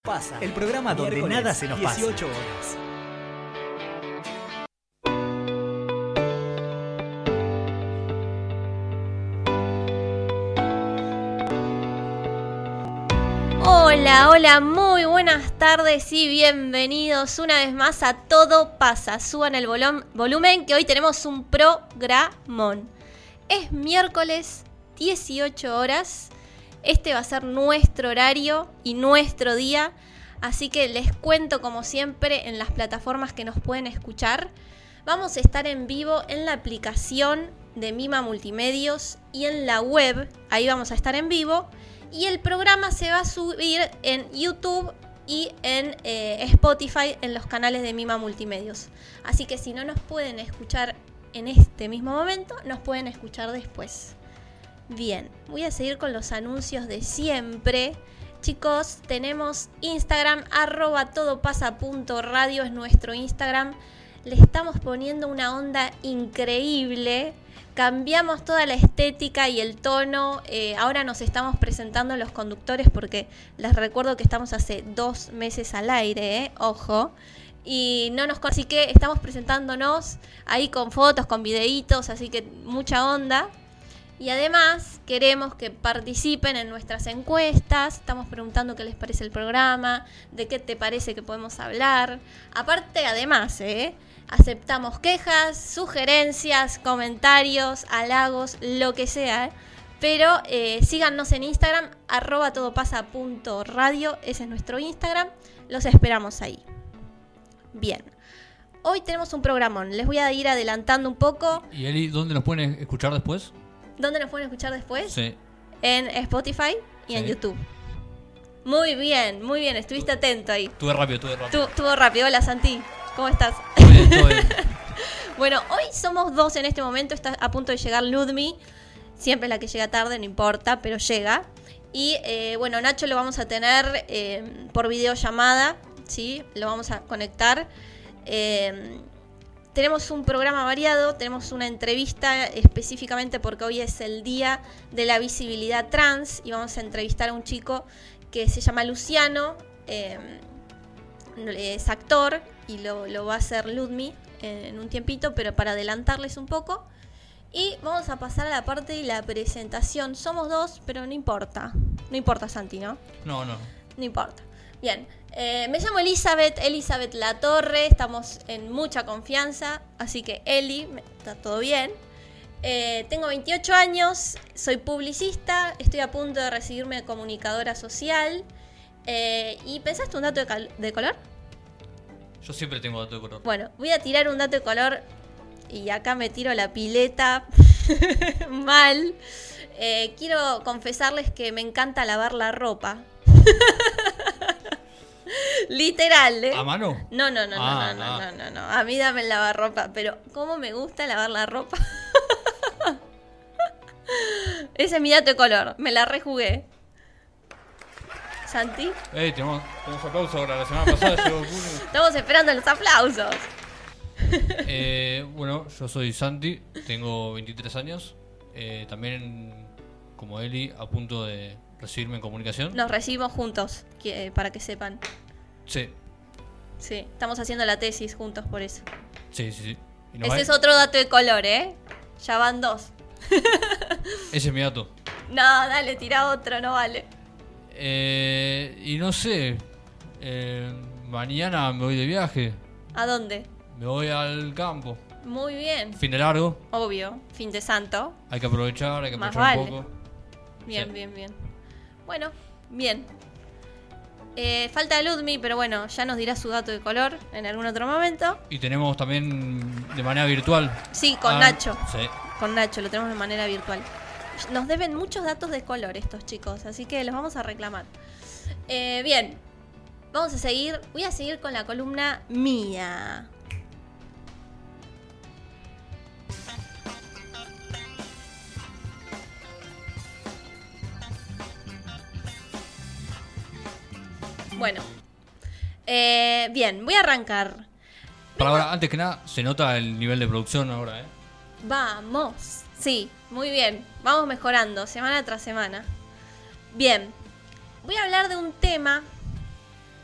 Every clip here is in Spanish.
Pasa, el programa donde nada se nos pasa. 18 horas. Hola, muy buenas tardes y bienvenidos una vez más a Todo Pasa. Suban el volumen que hoy tenemos un programón. Es miércoles, 18 horas. Este va a ser nuestro horario y nuestro día. Así que les cuento como siempre en las plataformas que nos pueden escuchar. Vamos a estar en vivo en la aplicación de Mima Multimedios y en la web. Ahí vamos a estar en vivo. Y el programa se va a subir en YouTube y en Spotify en los canales de Mima Multimedios. Así que si no nos pueden escuchar en este mismo momento, nos pueden escuchar después. Bien, voy a seguir con los anuncios de siempre. Chicos, tenemos Instagram, @todopasa.radio es nuestro Instagram. Le estamos poniendo una onda increíble. Cambiamos toda la estética y el tono. Ahora nos estamos presentando los conductores porque les recuerdo que estamos hace 2 meses al aire, ojo. Y no nos así que estamos presentándonos ahí con fotos, con videitos, así que mucha onda. Y además queremos que participen en nuestras encuestas. Estamos preguntando qué les parece el programa, de qué te parece que podemos hablar. Aparte, además, aceptamos quejas, sugerencias, comentarios, halagos, lo que sea. Pero síganos en Instagram, @todopasa.radio. Ese es nuestro Instagram. Los esperamos ahí. Bien. Hoy tenemos un programón. Les voy a ir adelantando un poco. ¿Y Eli, dónde nos pueden escuchar después? ¿Dónde nos pueden escuchar después? Sí. En Spotify y en YouTube. Muy bien, estuviste atento ahí. Estuve rápido. Estuvo rápido. Hola Santi, ¿cómo estás? Todo bien. Bueno, hoy somos 2 en este momento, está a punto de llegar Ludmi. Siempre es la que llega tarde, no importa, pero llega. Y bueno, Nacho lo vamos a tener por videollamada, ¿sí? Lo vamos a conectar. Tenemos un programa variado, tenemos una entrevista específicamente porque hoy es el día de la visibilidad trans y vamos a entrevistar a un chico que se llama Luciano, es actor y lo va a hacer Ludmi en un tiempito, pero para adelantarles un poco. Y vamos a pasar a la parte de la presentación. Somos 2, pero no importa. No importa, Santi, ¿no? No. No importa. Bien. Me llamo Elizabeth Latorre, estamos en mucha confianza, así que Eli, está todo bien. Tengo 28 años, soy publicista, estoy a punto de recibirme de comunicadora social. ¿Y pensaste un dato de color? Yo siempre tengo dato de color. Bueno, voy a tirar un dato de color y acá me tiro la pileta mal. Quiero confesarles que me encanta lavar la ropa. Literal, ¿eh? ¿A mano? No. A mí dame el lavarropa, pero ¿cómo me gusta lavar la ropa? Ese es mi dato de color, me la rejugué. ¿Santi? Tenemos aplausos ahora, la semana pasada llegó Julio. Estamos esperando los aplausos. Bueno, yo soy Santi, tengo 23 años. También, como Eli, a punto de recibirme en comunicación. Nos recibimos juntos, para que sepan. Sí. Sí, estamos haciendo la tesis juntos por eso. Sí. Ese es otro dato de color, ¿eh? Ya van 2. Ese es mi dato. No, dale, tira otro, no vale. Y no sé. Mañana me voy de viaje. ¿A dónde? Me voy al campo. Muy bien. Fin de largo. Obvio, fin de santo. Hay que aprovechar, Más un vale. poco. Bien, Sí. bien. Bueno, bien. Falta Ludmi, pero bueno, ya nos dirá su dato de color en algún otro momento. Y tenemos también de manera virtual. Sí, con Nacho. Sí. Con Nacho, lo tenemos de manera virtual. Nos deben muchos datos de color estos chicos, así que los vamos a reclamar. Bien, vamos a seguir. Voy a seguir con la columna mía. Bueno, bien, voy a arrancar. Para ahora, antes que nada, se nota el nivel de producción ahora, ¿eh? Vamos. Sí, muy bien. Vamos mejorando semana tras semana. Bien, voy a hablar de un tema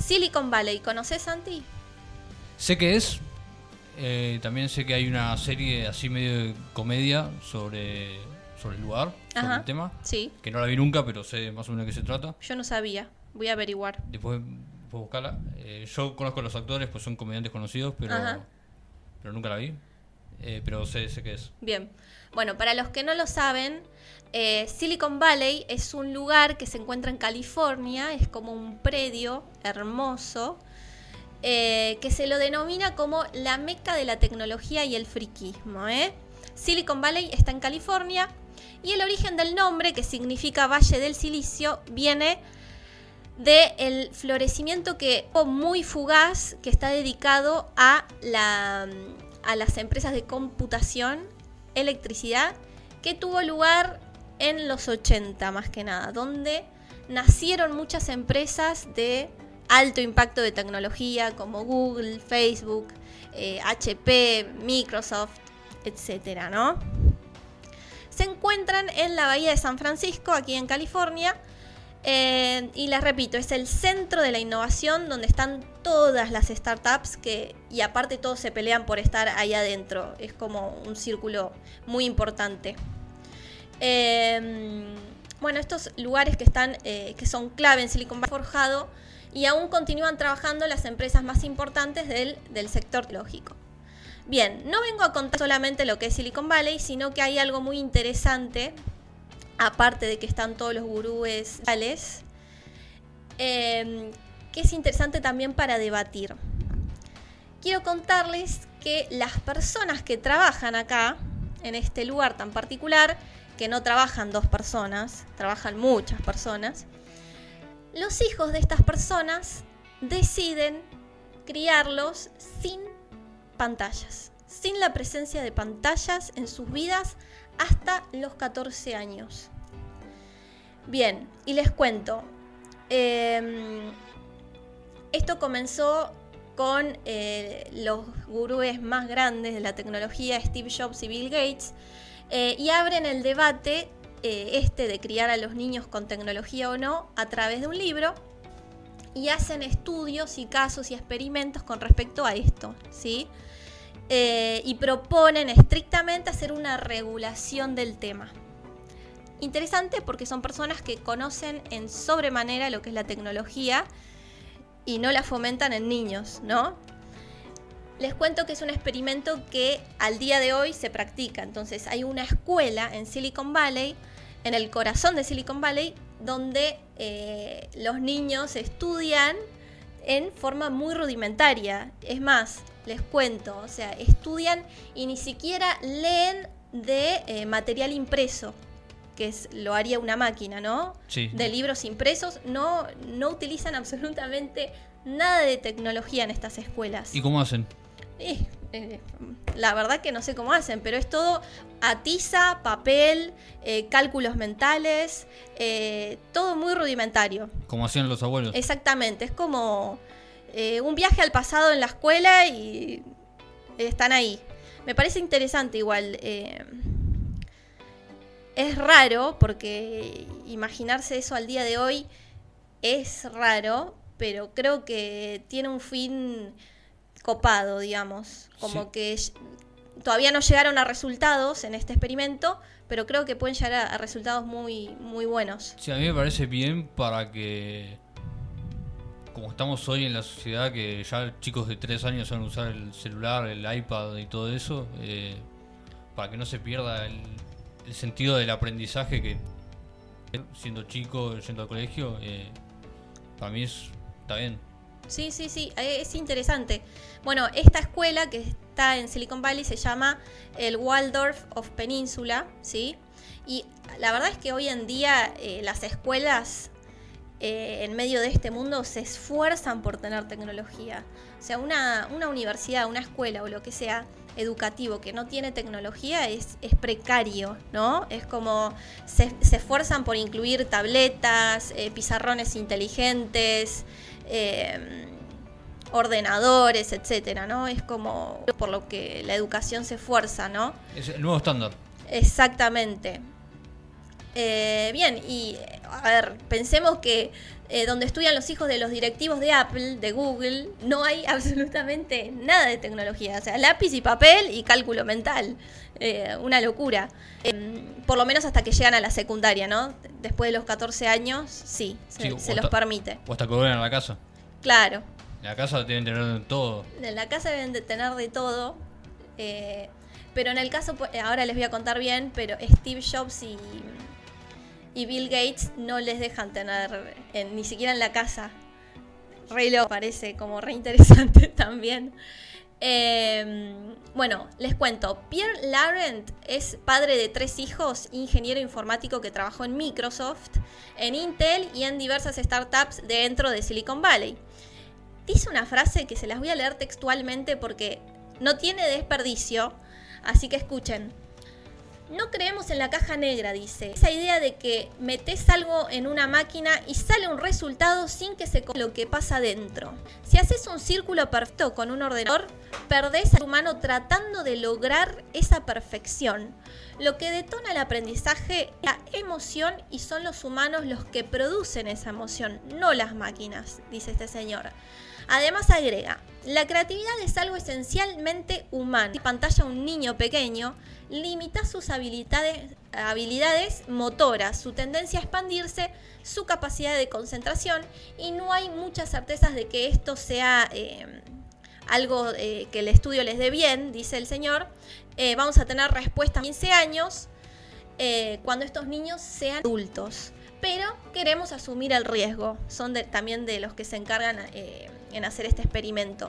Silicon Valley, ¿conoces, Santi? Sé que es. También sé que hay una serie así medio de comedia sobre el lugar, sobre el tema. Sí. Que no la vi nunca, pero sé más o menos de qué se trata. Yo no sabía, voy a averiguar. Después puedo buscarla. Yo conozco a los actores, pues son comediantes conocidos, pero nunca la vi. Pero sé qué es. Bien. Bueno, para los que no lo saben, Silicon Valley es un lugar que se encuentra en California, es como un predio hermoso, que se lo denomina como la meca de la tecnología y el friquismo. Silicon Valley está en California y el origen del nombre, que significa Valle del Silicio, viene del florecimiento muy fugaz que está dedicado a las empresas de computación, electricidad, que tuvo lugar en los 80 más que nada, donde nacieron muchas empresas de alto impacto de tecnología como Google, Facebook, HP, Microsoft, etcétera, ¿no? Se encuentran en la bahía de San Francisco, aquí en California, y les repito, es el centro de la innovación donde están todas las startups y aparte todos se pelean por estar ahí adentro. Es como un círculo muy importante. Bueno, estos lugares que son clave en Silicon Valley forjado y aún continúan trabajando las empresas más importantes del sector tecnológico. Bien, no vengo a contar solamente lo que es Silicon Valley, sino que hay algo muy interesante, aparte de que están todos los gurúes reales, que es interesante también para debatir. Quiero contarles que las personas que trabajan acá, en este lugar tan particular, que no trabajan 2 personas, trabajan muchas personas, los hijos de estas personas deciden criarlos sin pantallas, sin la presencia de pantallas en sus vidas hasta los 14 años. Bien, y les cuento, esto comenzó con los gurúes más grandes de la tecnología, Steve Jobs y Bill Gates, y abren el debate de criar a los niños con tecnología o no a través de un libro, y hacen estudios y casos y experimentos con respecto a esto, ¿sí? Y proponen estrictamente hacer una regulación del tema. Interesante porque son personas que conocen en sobremanera lo que es la tecnología y no la fomentan en niños, ¿no? Les cuento que es un experimento que al día de hoy se practica. Entonces hay una escuela en Silicon Valley, en el corazón de Silicon Valley, donde los niños estudian en forma muy rudimentaria. Es más, les cuento, o sea, estudian y ni siquiera leen de material impreso, que lo haría una máquina, ¿no? Sí. De libros impresos, no utilizan absolutamente nada de tecnología en estas escuelas. ¿Y cómo hacen? La verdad que no sé cómo hacen, pero es todo a tiza, papel, cálculos mentales, todo muy rudimentario. Como hacían los abuelos. Exactamente, es como un viaje al pasado en la escuela y están ahí. Me parece interesante igual. Es raro porque imaginarse eso al día de hoy es raro, pero creo que tiene un fin copado, digamos, como sí, que todavía no llegaron a resultados en este experimento, pero creo que pueden llegar a resultados muy, muy buenos. Sí, a mí me parece bien para que, como estamos hoy en la sociedad, que ya chicos de 3 años saben usar el celular, el iPad y todo eso, para que no se pierda el sentido del aprendizaje que siendo chico, yendo al colegio, para mí está bien. Sí, es interesante. Bueno, esta escuela que está en Silicon Valley se llama el Waldorf of Peninsula, ¿sí? Y la verdad es que hoy en día las escuelas en medio de este mundo se esfuerzan por tener tecnología. O sea, una universidad, una escuela o lo que sea educativo que no tiene tecnología es precario, ¿no? Es como se esfuerzan por incluir tabletas, pizarrones inteligentes, ordenadores, etcétera, ¿no? Es como por lo que la educación se esfuerza, ¿no? Es el nuevo estándar. Exactamente. Bien, y a ver, pensemos que donde estudian los hijos de los directivos de Apple, de Google, no hay absolutamente nada de tecnología. O sea, lápiz y papel y cálculo mental. Una locura. Por lo menos hasta que llegan a la secundaria, ¿no? Después de los 14 años, sí, se los permite. O hasta que vuelvan a la casa. Claro. En la casa deben tener todo. En la casa deben de tener de todo. Pero en el caso, ahora les voy a contar bien, pero Steve Jobs y Bill Gates no les dejan tener ni siquiera en la casa. Re loco, parece como re interesante también. Bueno, les cuento. Pierre Laurent es padre de 3 hijos, ingeniero informático que trabajó en Microsoft, en Intel y en diversas startups dentro de Silicon Valley. Dice una frase que se las voy a leer textualmente porque no tiene desperdicio, así que escuchen. No creemos en la caja negra, dice. Esa idea de que metes algo en una máquina y sale un resultado sin que se lo que pasa dentro. Si haces un círculo perfecto con un ordenador, perdés al humano tratando de lograr esa perfección. Lo que detona el aprendizaje es la emoción y son los humanos los que producen esa emoción, no las máquinas, dice este señor. Además agrega, la creatividad es algo esencialmente humano. Si pantalla a un niño pequeño, limita sus habilidades motoras, su tendencia a expandirse, su capacidad de concentración y no hay muchas certezas de que esto sea algo que el estudio les dé bien, dice el señor. Vamos a tener respuesta a 15 años cuando estos niños sean adultos. Pero queremos asumir el riesgo. Son también de los que se encargan en hacer este experimento.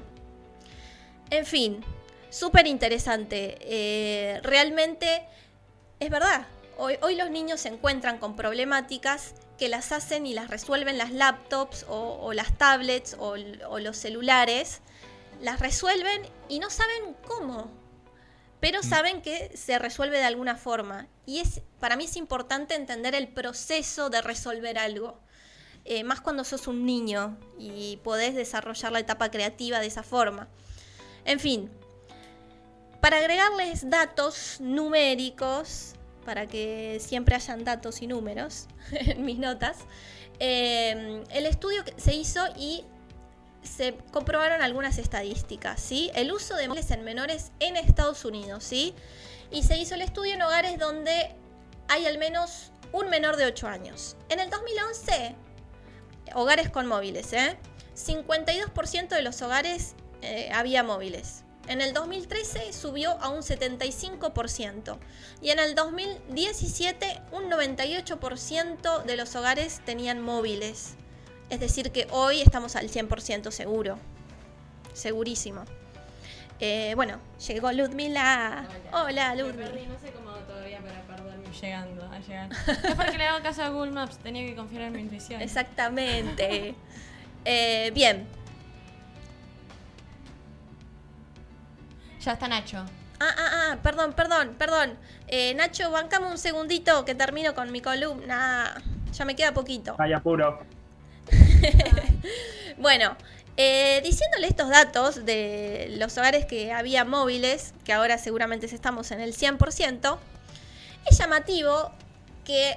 En fin, súper interesante. Realmente es verdad. Hoy los niños se encuentran con problemáticas que las hacen y las resuelven las laptops o las tablets o los celulares. Las resuelven y no saben cómo. Pero saben que se resuelve de alguna forma. Y para mí es importante entender el proceso de resolver algo. Más cuando sos un niño y podés desarrollar la etapa creativa de esa forma. En fin, para agregarles datos numéricos, para que siempre hayan datos y números en mis notas, el estudio se hizo y se comprobaron algunas estadísticas, ¿sí? El uso de móviles en menores en Estados Unidos, ¿sí? Y se hizo el estudio en hogares donde hay al menos un menor de 8 años. En el 2011, hogares con móviles, 52% de los hogares había móviles. En el 2013 subió a un 75%. Y en el 2017 un 98% de los hogares tenían móviles. Es decir que hoy estamos al 100% seguro. Segurísimo. Bueno, llegó Ludmila. Hola Ludmila. No sé cómo todavía para perderme llegando a llegar. Es porque le hago caso a Google Maps, tenía que confiar en mi intuición. Exactamente. Bien. Ya está Nacho. Perdón. Nacho, bancame un segundito que termino con mi columna. Ya me queda poquito. Hay apuro. Bueno, diciéndole estos datos de los hogares que había móviles, que ahora seguramente estamos en el 100%, es llamativo que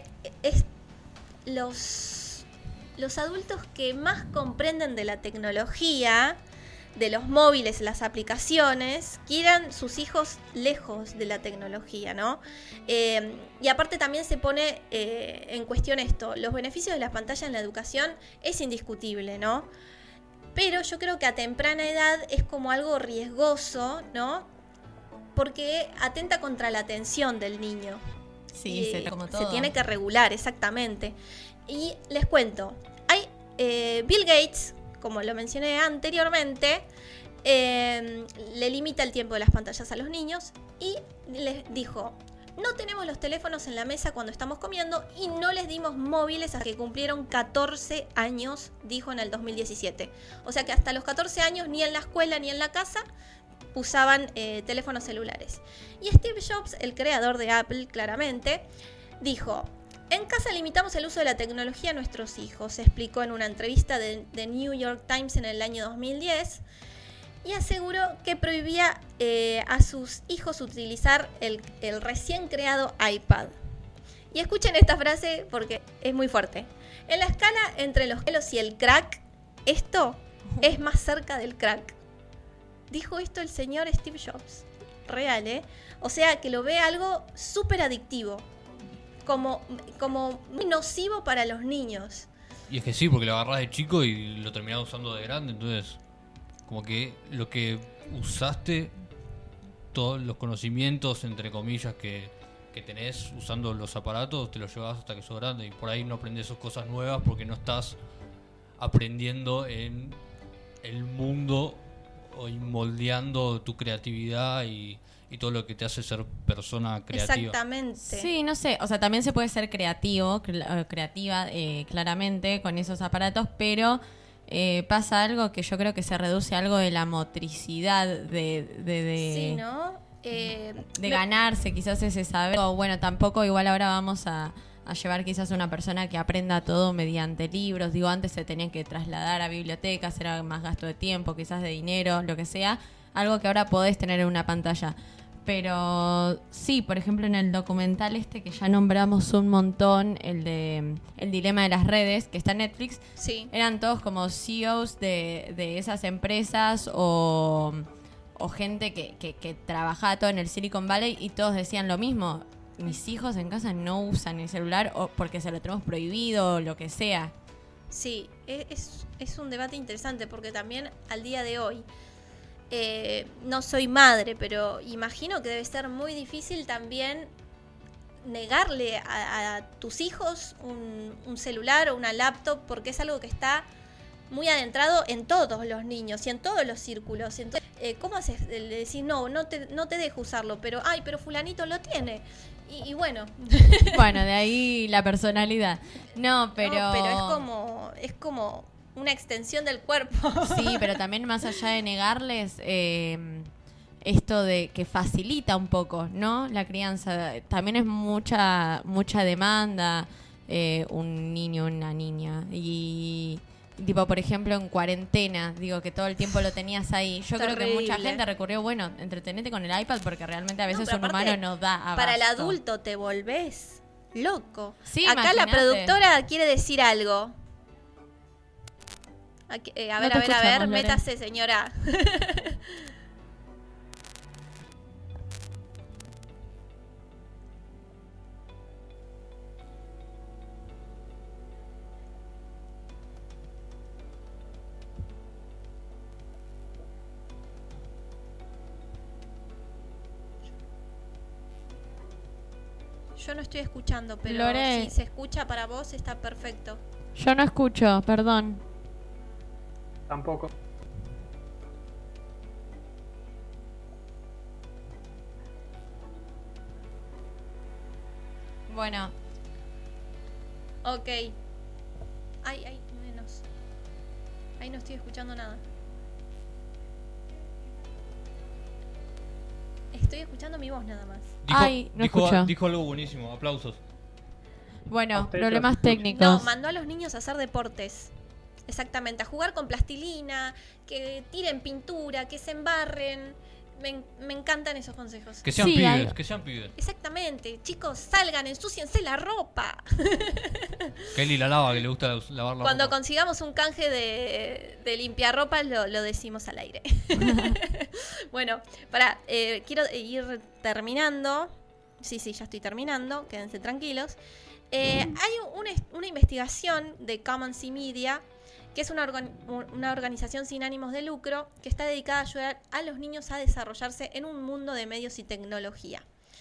los adultos que más comprenden de la tecnología, de los móviles, las aplicaciones, quieran sus hijos lejos de la tecnología, ¿no? Y aparte también se pone en cuestión esto, los beneficios de las pantallas en la educación es indiscutible, ¿no? Pero yo creo que a temprana edad es como algo riesgoso, ¿no? Porque atenta contra la atención del niño. Sí, como todo. Se tiene que regular, exactamente. Y les cuento, hay Bill Gates, como lo mencioné anteriormente, le limita el tiempo de las pantallas a los niños y les dijo, no tenemos los teléfonos en la mesa cuando estamos comiendo y no les dimos móviles hasta que cumplieron 14 años, dijo en el 2017. O sea que hasta los 14 años ni en la escuela ni en la casa usaban teléfonos celulares. Y Steve Jobs, el creador de Apple, claramente, dijo, en casa limitamos el uso de la tecnología a nuestros hijos, explicó en una entrevista de New York Times en el año 2010, y aseguró que prohibía a sus hijos utilizar el recién creado iPad. Y escuchen esta frase porque es muy fuerte. En la escala entre los gelos y el crack, esto es más cerca del crack. Dijo esto el señor Steve Jobs. Real, ¿eh? O sea, que lo ve algo súper adictivo. Como muy nocivo para los niños. Y es que sí, porque lo agarrás de chico y lo terminás usando de grande, entonces como que lo que usaste, todos los conocimientos, entre comillas, que tenés usando los aparatos, te los llevas hasta que sos grande y por ahí no aprendes cosas nuevas porque no estás aprendiendo en el mundo o moldeando tu creatividad y todo lo que te hace ser persona creativa. Exactamente. Sí, no sé, o sea, también se puede ser creativa, claramente, con esos aparatos, pero pasa algo que yo creo que se reduce a algo de la motricidad, Sí, ¿no? de ganarse quizás ese saber. O bueno, tampoco igual ahora vamos a llevar quizás a una persona que aprenda todo mediante libros. Digo, antes se tenían que trasladar a bibliotecas, era más gasto de tiempo, quizás de dinero, lo que sea. Algo que ahora podés tener en una pantalla. Pero sí, por ejemplo, en el documental que ya nombramos un montón, el de El dilema de las redes, que está en Netflix, Sí. eran todos como CEOs de esas empresas o gente que trabajaba todo en el Silicon Valley y todos decían lo mismo. Mis hijos en casa no usan el celular o porque se lo tenemos prohibido o lo que sea. Sí, es un debate interesante porque también al día de hoy, no soy madre, pero imagino que debe ser muy difícil también negarle a tus hijos un celular o una laptop porque es algo que está muy adentrado en todos los niños y en todos los círculos. Entonces, ¿cómo haces? Le decís, no te dejo usarlo, pero fulanito lo tiene. Y bueno. Bueno, de ahí la personalidad. No, pero es como una extensión del cuerpo. Sí, pero también más allá de negarles, esto de que facilita un poco, ¿no? La crianza. También es mucha demanda, un niño, una niña. Y tipo, por ejemplo, en cuarentena, digo que todo el tiempo lo tenías ahí. Yo creo que mucha gente recurrió, bueno, entretenete con el iPad porque realmente a veces un humano no da abasto. Para el adulto te volvés loco. Sí, acá imagínate. la productora quiere decir algo. Aquí, a ver, métase, señora. Yo no estoy escuchando, pero Lore, si se escucha para vos está perfecto. Yo no escucho, perdón. Tampoco. Bueno, Ok. Ay, menos. Ahí no estoy escuchando nada. Estoy escuchando mi voz nada más. No escucho. Dijo algo buenísimo, aplausos. Bueno, Ustedes problemas lo escuchan. técnicos. No, mandó a los niños a hacer deportes. Exactamente, a jugar con plastilina, que tiren pintura, que se embarren. Me encantan esos consejos. Que sean Sí, pibes, hay- que sean pibes. Exactamente, chicos, salgan, ensúciense la ropa. Kelly la lava, que le gusta lavar la Cuando ropa. consigamos un canje de limpiarropa lo decimos al aire. Bueno, quiero ir terminando. Sí, ya estoy terminando, quédense tranquilos. Hay una investigación de Commons Media, que es una organización sin ánimos de lucro que está dedicada a ayudar a los niños a desarrollarse en un mundo de medios y tecnología.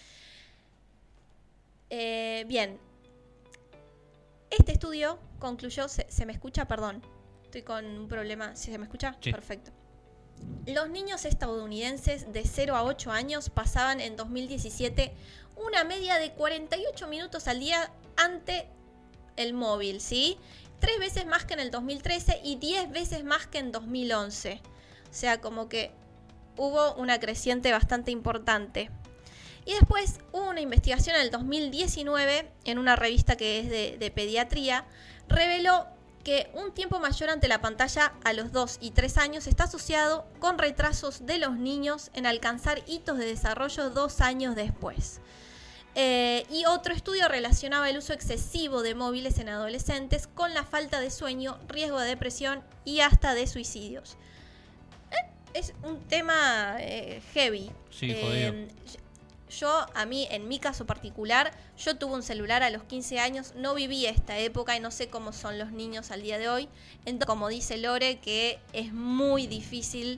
Bien, este estudio concluyó, ¿se me escucha? Perdón, estoy con un problema. ¿Sí se me escucha? Sí. Perfecto. Los niños estadounidenses de 0 a 8 años pasaban en 2017 una media de 48 minutos al día ante el móvil, ¿sí? 3 veces más que en el 2013 y 10 veces más que en 2011. O sea, como que hubo una creciente bastante importante. Y después hubo una investigación en el 2019 en una revista que es de pediatría, reveló que un tiempo mayor ante la pantalla a los 2 y 3 años está asociado con retrasos de los niños en alcanzar hitos de desarrollo 2 años después. Y otro estudio relacionaba el uso excesivo de móviles en adolescentes con la falta de sueño, riesgo de depresión y hasta de suicidios. Es un tema heavy. Sí, jodido. A mí, en mi caso particular, yo tuve un celular a los 15 años, no viví esta época y no sé cómo son los niños al día de hoy. Entonces, como dice Lore, que es muy difícil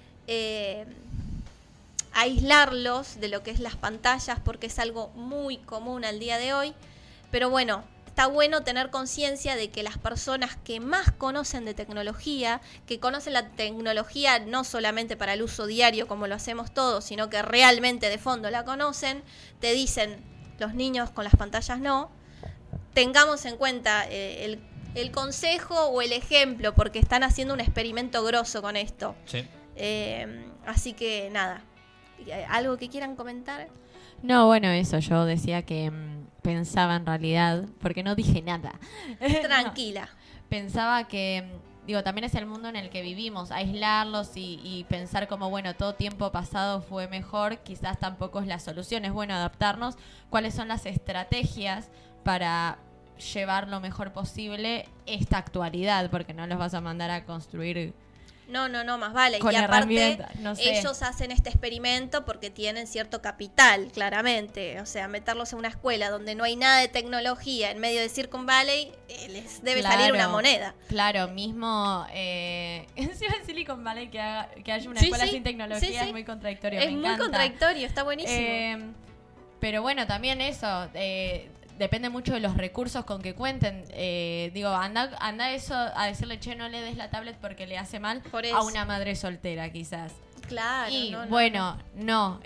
aislarlos de lo que es las pantallas porque es algo muy común al día de hoy. Pero bueno, está bueno tener conciencia de que las personas que más conocen de tecnología, que conocen la tecnología no solamente para el uso diario como lo hacemos todos, sino que realmente de fondo la conocen, te dicen, los niños con las pantallas no. Tengamos en cuenta el consejo o el ejemplo, porque están haciendo un experimento grosso con esto. Sí. Así que nada, ¿algo que quieran comentar? No, bueno, eso, yo decía que pensaba en realidad, porque no dije nada. Tranquila. No, pensaba que, digo, también es el mundo en el que vivimos, aislarlos y pensar como, bueno, todo tiempo pasado fue mejor, quizás tampoco es la solución, es bueno adaptarnos. ¿Cuáles son las estrategias para llevar lo mejor posible esta actualidad? Porque no los vas a mandar a construir... No, más vale. Con y aparte, no sé. ellos hacen este experimento porque tienen cierto capital, claramente. O sea, meterlos en una escuela donde no hay nada de tecnología en medio de Silicon Valley, les debe salir una moneda. Claro, mismo encima en Silicon Valley que haya una escuela sin tecnología es muy contradictorio. Es muy contradictorio, está buenísimo. Pero bueno, también eso... depende mucho de los recursos con que cuenten. Digo, anda eso a decirle, che, no le des la tablet porque le hace mal a una madre soltera, quizás. Claro. Y no. No,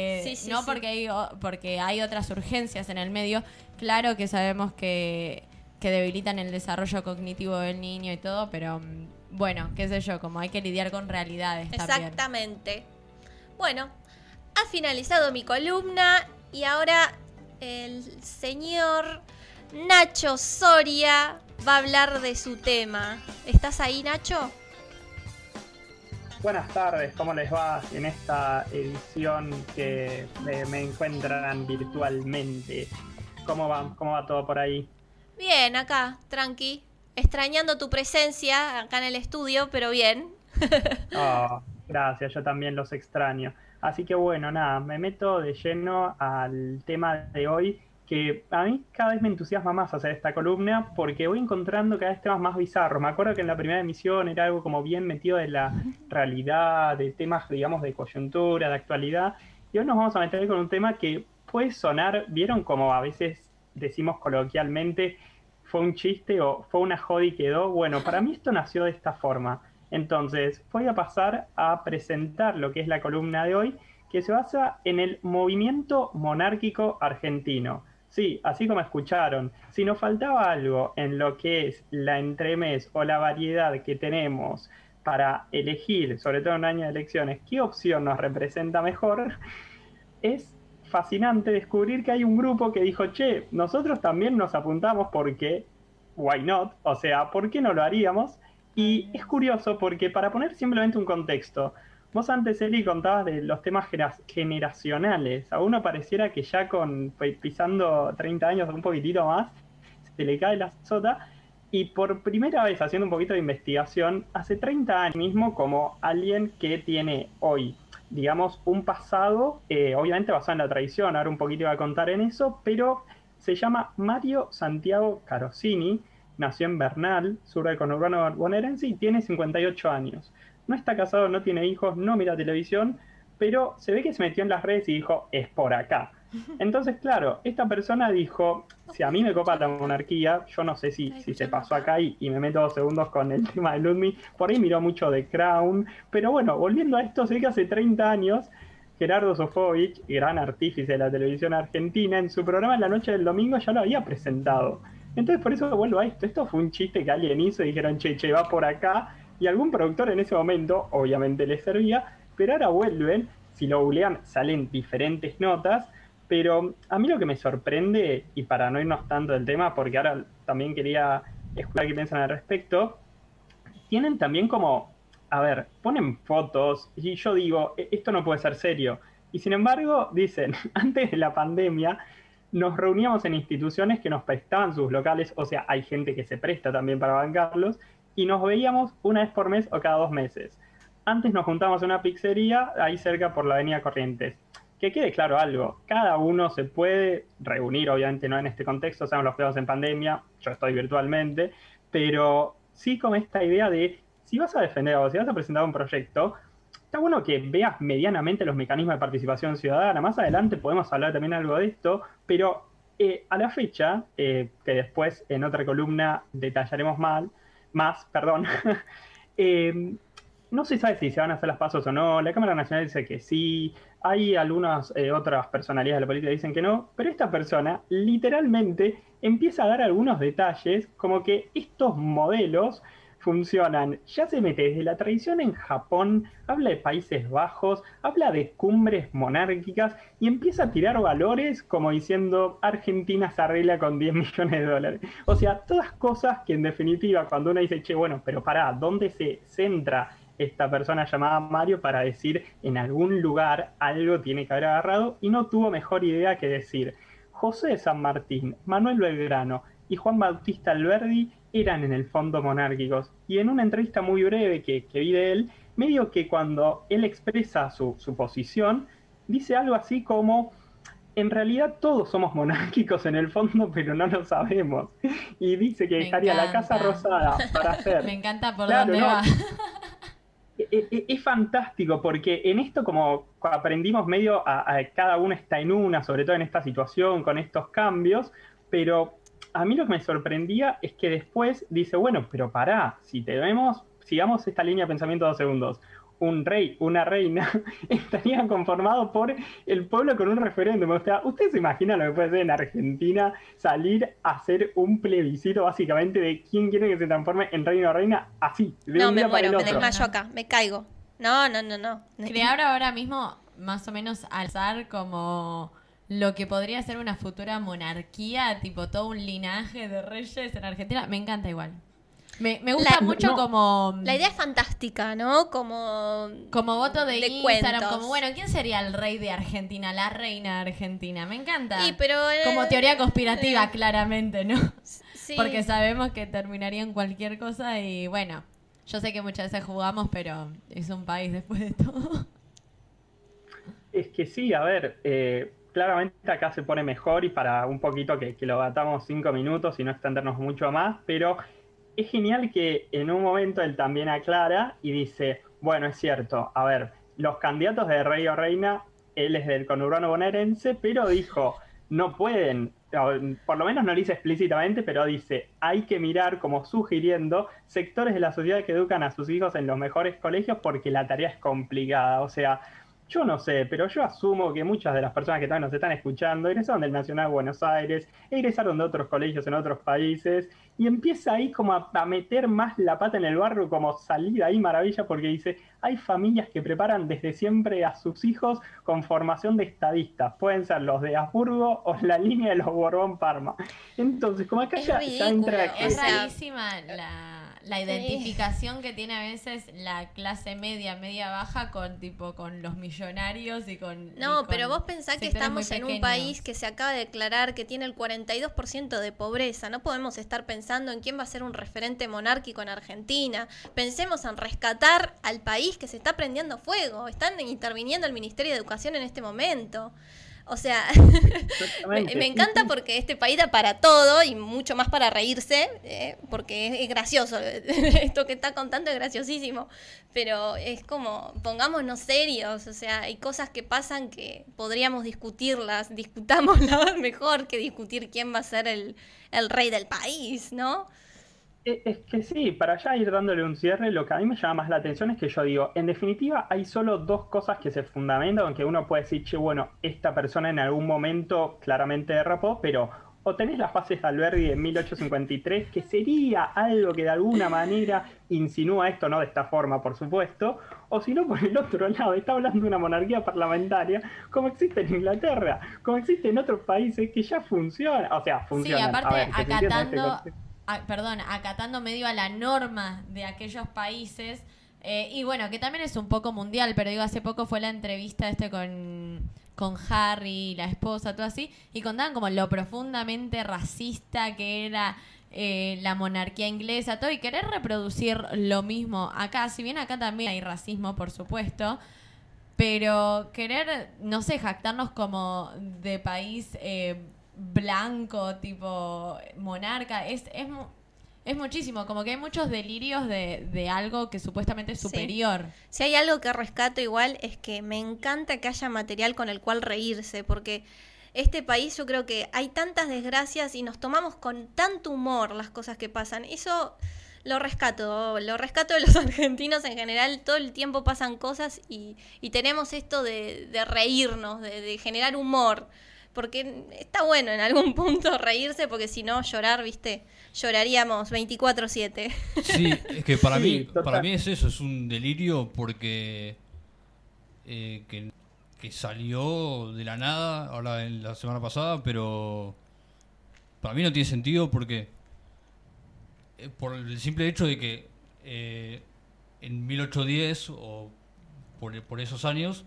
porque hay otras urgencias en el medio. Claro que sabemos que debilitan el desarrollo cognitivo del niño y todo, pero bueno, qué sé yo, como hay que lidiar con realidades también. Exactamente. Bueno, ha finalizado mi columna y ahora... el señor Nacho Soria va a hablar de su tema. ¿Estás ahí, Nacho? Buenas tardes, ¿cómo les va en esta edición que me encuentran virtualmente? ¿Cómo va todo por ahí? Bien, acá, tranqui. Extrañando tu presencia acá en el estudio, pero bien. Oh, gracias, yo también los extraño. Así que bueno, nada, me meto de lleno al tema de hoy, que a mí cada vez me entusiasma más hacer esta columna porque voy encontrando cada vez temas más bizarros. Me acuerdo que en la primera emisión era algo como bien metido de la realidad, de temas, digamos, de coyuntura, de actualidad. Y hoy nos vamos a meter con un tema que puede sonar, ¿vieron como a veces decimos coloquialmente, fue un chiste o fue una joda y quedó? Bueno, para mí esto nació de esta forma. Entonces, voy a pasar a presentar lo que es la columna de hoy, que se basa en el movimiento monárquico argentino. Sí, así como escucharon, si nos faltaba algo en lo que es la entremés o la variedad que tenemos para elegir, sobre todo en un año de elecciones, qué opción nos representa mejor, es fascinante descubrir que hay un grupo que dijo, che, nosotros también nos apuntamos porque, why not? O sea, ¿por qué no lo haríamos? Y es curioso porque, para poner simplemente un contexto, vos antes, Eli, contabas de los temas generacionales. A uno pareciera que ya pisando 30 años, un poquitito más, se le cae la sota. Y por primera vez, haciendo un poquito de investigación, hace 30 años mismo, como alguien que tiene hoy, digamos, un pasado, obviamente basado en la tradición, ahora un poquito iba a contar en eso, pero se llama Mario Santiago Carosini. Nació en Bernal, sur del conurbano bonaerense, y tiene 58 años. No está casado, no tiene hijos, no mira televisión, pero se ve que se metió en las redes y dijo, es por acá. Entonces, claro, esta persona dijo, si a mí me copa la monarquía, yo no sé si se pasó acá y me meto 2 segundos con el tema de Ludwig, por ahí miró mucho The Crown, pero bueno, volviendo a esto, se ve que hace 30 años Gerardo Sofovich, gran artífice de la televisión argentina, en su programa en la noche del domingo ya lo había presentado. Entonces por eso vuelvo a esto. Esto fue un chiste que alguien hizo y dijeron, che, va por acá. Y algún productor en ese momento, obviamente le servía, pero ahora vuelven, si lo googlean salen diferentes notas. Pero a mí lo que me sorprende, y para no irnos tanto del tema, porque ahora también quería escuchar qué piensan al respecto, tienen también como, a ver, ponen fotos y yo digo, esto no puede ser serio. Y sin embargo, dicen, antes de la pandemia, nos reuníamos en instituciones que nos prestaban sus locales, o sea, hay gente que se presta también para bancarlos, y nos veíamos una vez por mes o cada 2 meses. Antes nos juntábamos en una pizzería ahí cerca por la avenida Corrientes. Que quede claro algo, cada uno se puede reunir, obviamente no en este contexto, sabemos los cuidados en pandemia, yo estoy virtualmente, pero sí con esta idea de, si vas a defender o si vas a presentar un proyecto, está bueno que veas medianamente los mecanismos de participación ciudadana. Más adelante podemos hablar también algo de esto, pero a la fecha, que después en otra columna detallaremos más, no se sabe si se van a hacer las pasos o no. La Cámara Nacional dice que sí, hay algunas otras personalidades de la política que dicen que no, pero esta persona literalmente empieza a dar algunos detalles como que estos modelos funcionan. Ya se mete desde la tradición en Japón, habla de Países Bajos, habla de cumbres monárquicas y empieza a tirar valores como diciendo Argentina se arregla con 10 millones de dólares. O sea, todas cosas que en definitiva cuando uno dice, che, bueno, pero pará, ¿dónde se centra esta persona llamada Mario para decir en algún lugar algo tiene que haber agarrado? Y no tuvo mejor idea que decir, José de San Martín, Manuel Belgrano y Juan Bautista Alberdi eran en el fondo monárquicos. Y en una entrevista muy breve que vi de él, medio que cuando él expresa su posición, dice algo así como, en realidad todos somos monárquicos en el fondo, pero no lo sabemos. Y dice que dejaría la Casa Rosada para hacer... Me encanta por dónde va. Es fantástico porque en esto como aprendimos medio a cada uno está en una, sobre todo en esta situación, con estos cambios, pero a mí lo que me sorprendía es que después dice, bueno, pero pará, si sigamos esta línea de pensamiento 2 segundos, un rey, una reina, estarían conformados por el pueblo con un referéndum. O sea, ¿ustedes se imaginan lo que puede ser en Argentina salir a hacer un plebiscito básicamente de quién quiere que se transforme en reino o reina así? No, me muero, me desmayo acá, me caigo. No. Crear ahora mismo, más o menos, alzar como lo que podría ser una futura monarquía, tipo todo un linaje de reyes en Argentina, me encanta igual. Me gusta mucho como... La idea es fantástica, ¿no? Como voto de Instagram, cuentos. como, bueno, ¿quién sería el rey de Argentina? La reina de Argentina, me encanta. Pero, como teoría conspirativa, claramente, ¿no? Sí. Porque sabemos que terminaría en cualquier cosa y, bueno, yo sé que muchas veces jugamos, pero es un país después de todo. Es que sí, a ver... claramente acá se pone mejor y para un poquito que lo batamos 5 minutos y no extendernos mucho más, pero es genial que en un momento él también aclara y dice, bueno, es cierto, a ver, los candidatos de rey o reina, él es del conurbano bonaerense, pero dijo, no pueden, por lo menos no lo dice explícitamente, pero dice, hay que mirar como sugiriendo sectores de la sociedad que educan a sus hijos en los mejores colegios porque la tarea es complicada, o sea... Yo no sé, pero yo asumo que muchas de las personas que también nos están escuchando egresaron del Nacional de Buenos Aires, egresaron de otros colegios en otros países, y empieza ahí como a meter más la pata en el barro, como salida ahí maravilla, porque dice, hay familias que preparan desde siempre a sus hijos con formación de estadistas, pueden ser los de Habsburgo o la línea de los Borbón-Parma. Entonces, como acá ya entra... Es rarísima la identificación que tiene a veces la clase media baja con los millonarios y con... No, pero vos pensás que estamos en un país que se acaba de declarar que tiene el 42% de pobreza. No podemos estar pensando en quién va a ser un referente monárquico en Argentina. Pensemos en rescatar al país que se está prendiendo fuego. Están interviniendo el Ministerio de Educación en este momento. O sea, me encanta porque este país da para todo y mucho más para reírse, porque es gracioso. Esto que está contando es graciosísimo, pero es como, pongámonos serios, o sea, hay cosas que pasan que podríamos discutirlas, discutámoslas mejor que discutir quién va a ser el rey del país, ¿no? Es que sí, para ya ir dándole un cierre, lo que a mí me llama más la atención es que yo digo, en definitiva hay solo 2 cosas que se fundamentan, aunque uno puede decir, che, bueno, esta persona en algún momento claramente derrapó, pero o tenés las fases de Alberdi de 1853, que sería algo que de alguna manera insinúa esto, no de esta forma, por supuesto, o si no, por el otro lado, está hablando de una monarquía parlamentaria como existe en Inglaterra, como existe en otros países que ya funciona, o sea, funciona. Sí, aparte acatando medio a la norma de aquellos países, y bueno, que también es un poco mundial, pero digo, hace poco fue la entrevista con con Harry, la esposa, todo así, y contaban como lo profundamente racista que era la monarquía inglesa, todo, y querer reproducir lo mismo acá, si bien acá también hay racismo, por supuesto, pero querer, no sé, jactarnos como de país blanco, tipo monarca, es muchísimo, como que hay muchos delirios de algo que supuestamente es superior. Si hay algo que rescato igual es que me encanta que haya material con el cual reírse, porque este país yo creo que hay tantas desgracias y nos tomamos con tanto humor las cosas que pasan. Eso lo rescato de los argentinos en general. Todo el tiempo pasan cosas y tenemos esto de reírnos, de generar humor. Porque está bueno en algún punto reírse, porque si no, llorar, ¿viste? Lloraríamos 24/7. Sí, es que para Sí, mí es eso, es un delirio porque que salió de la nada ahora en la semana pasada, pero para mí no tiene sentido porque por el simple hecho de que en 1810 o por esos años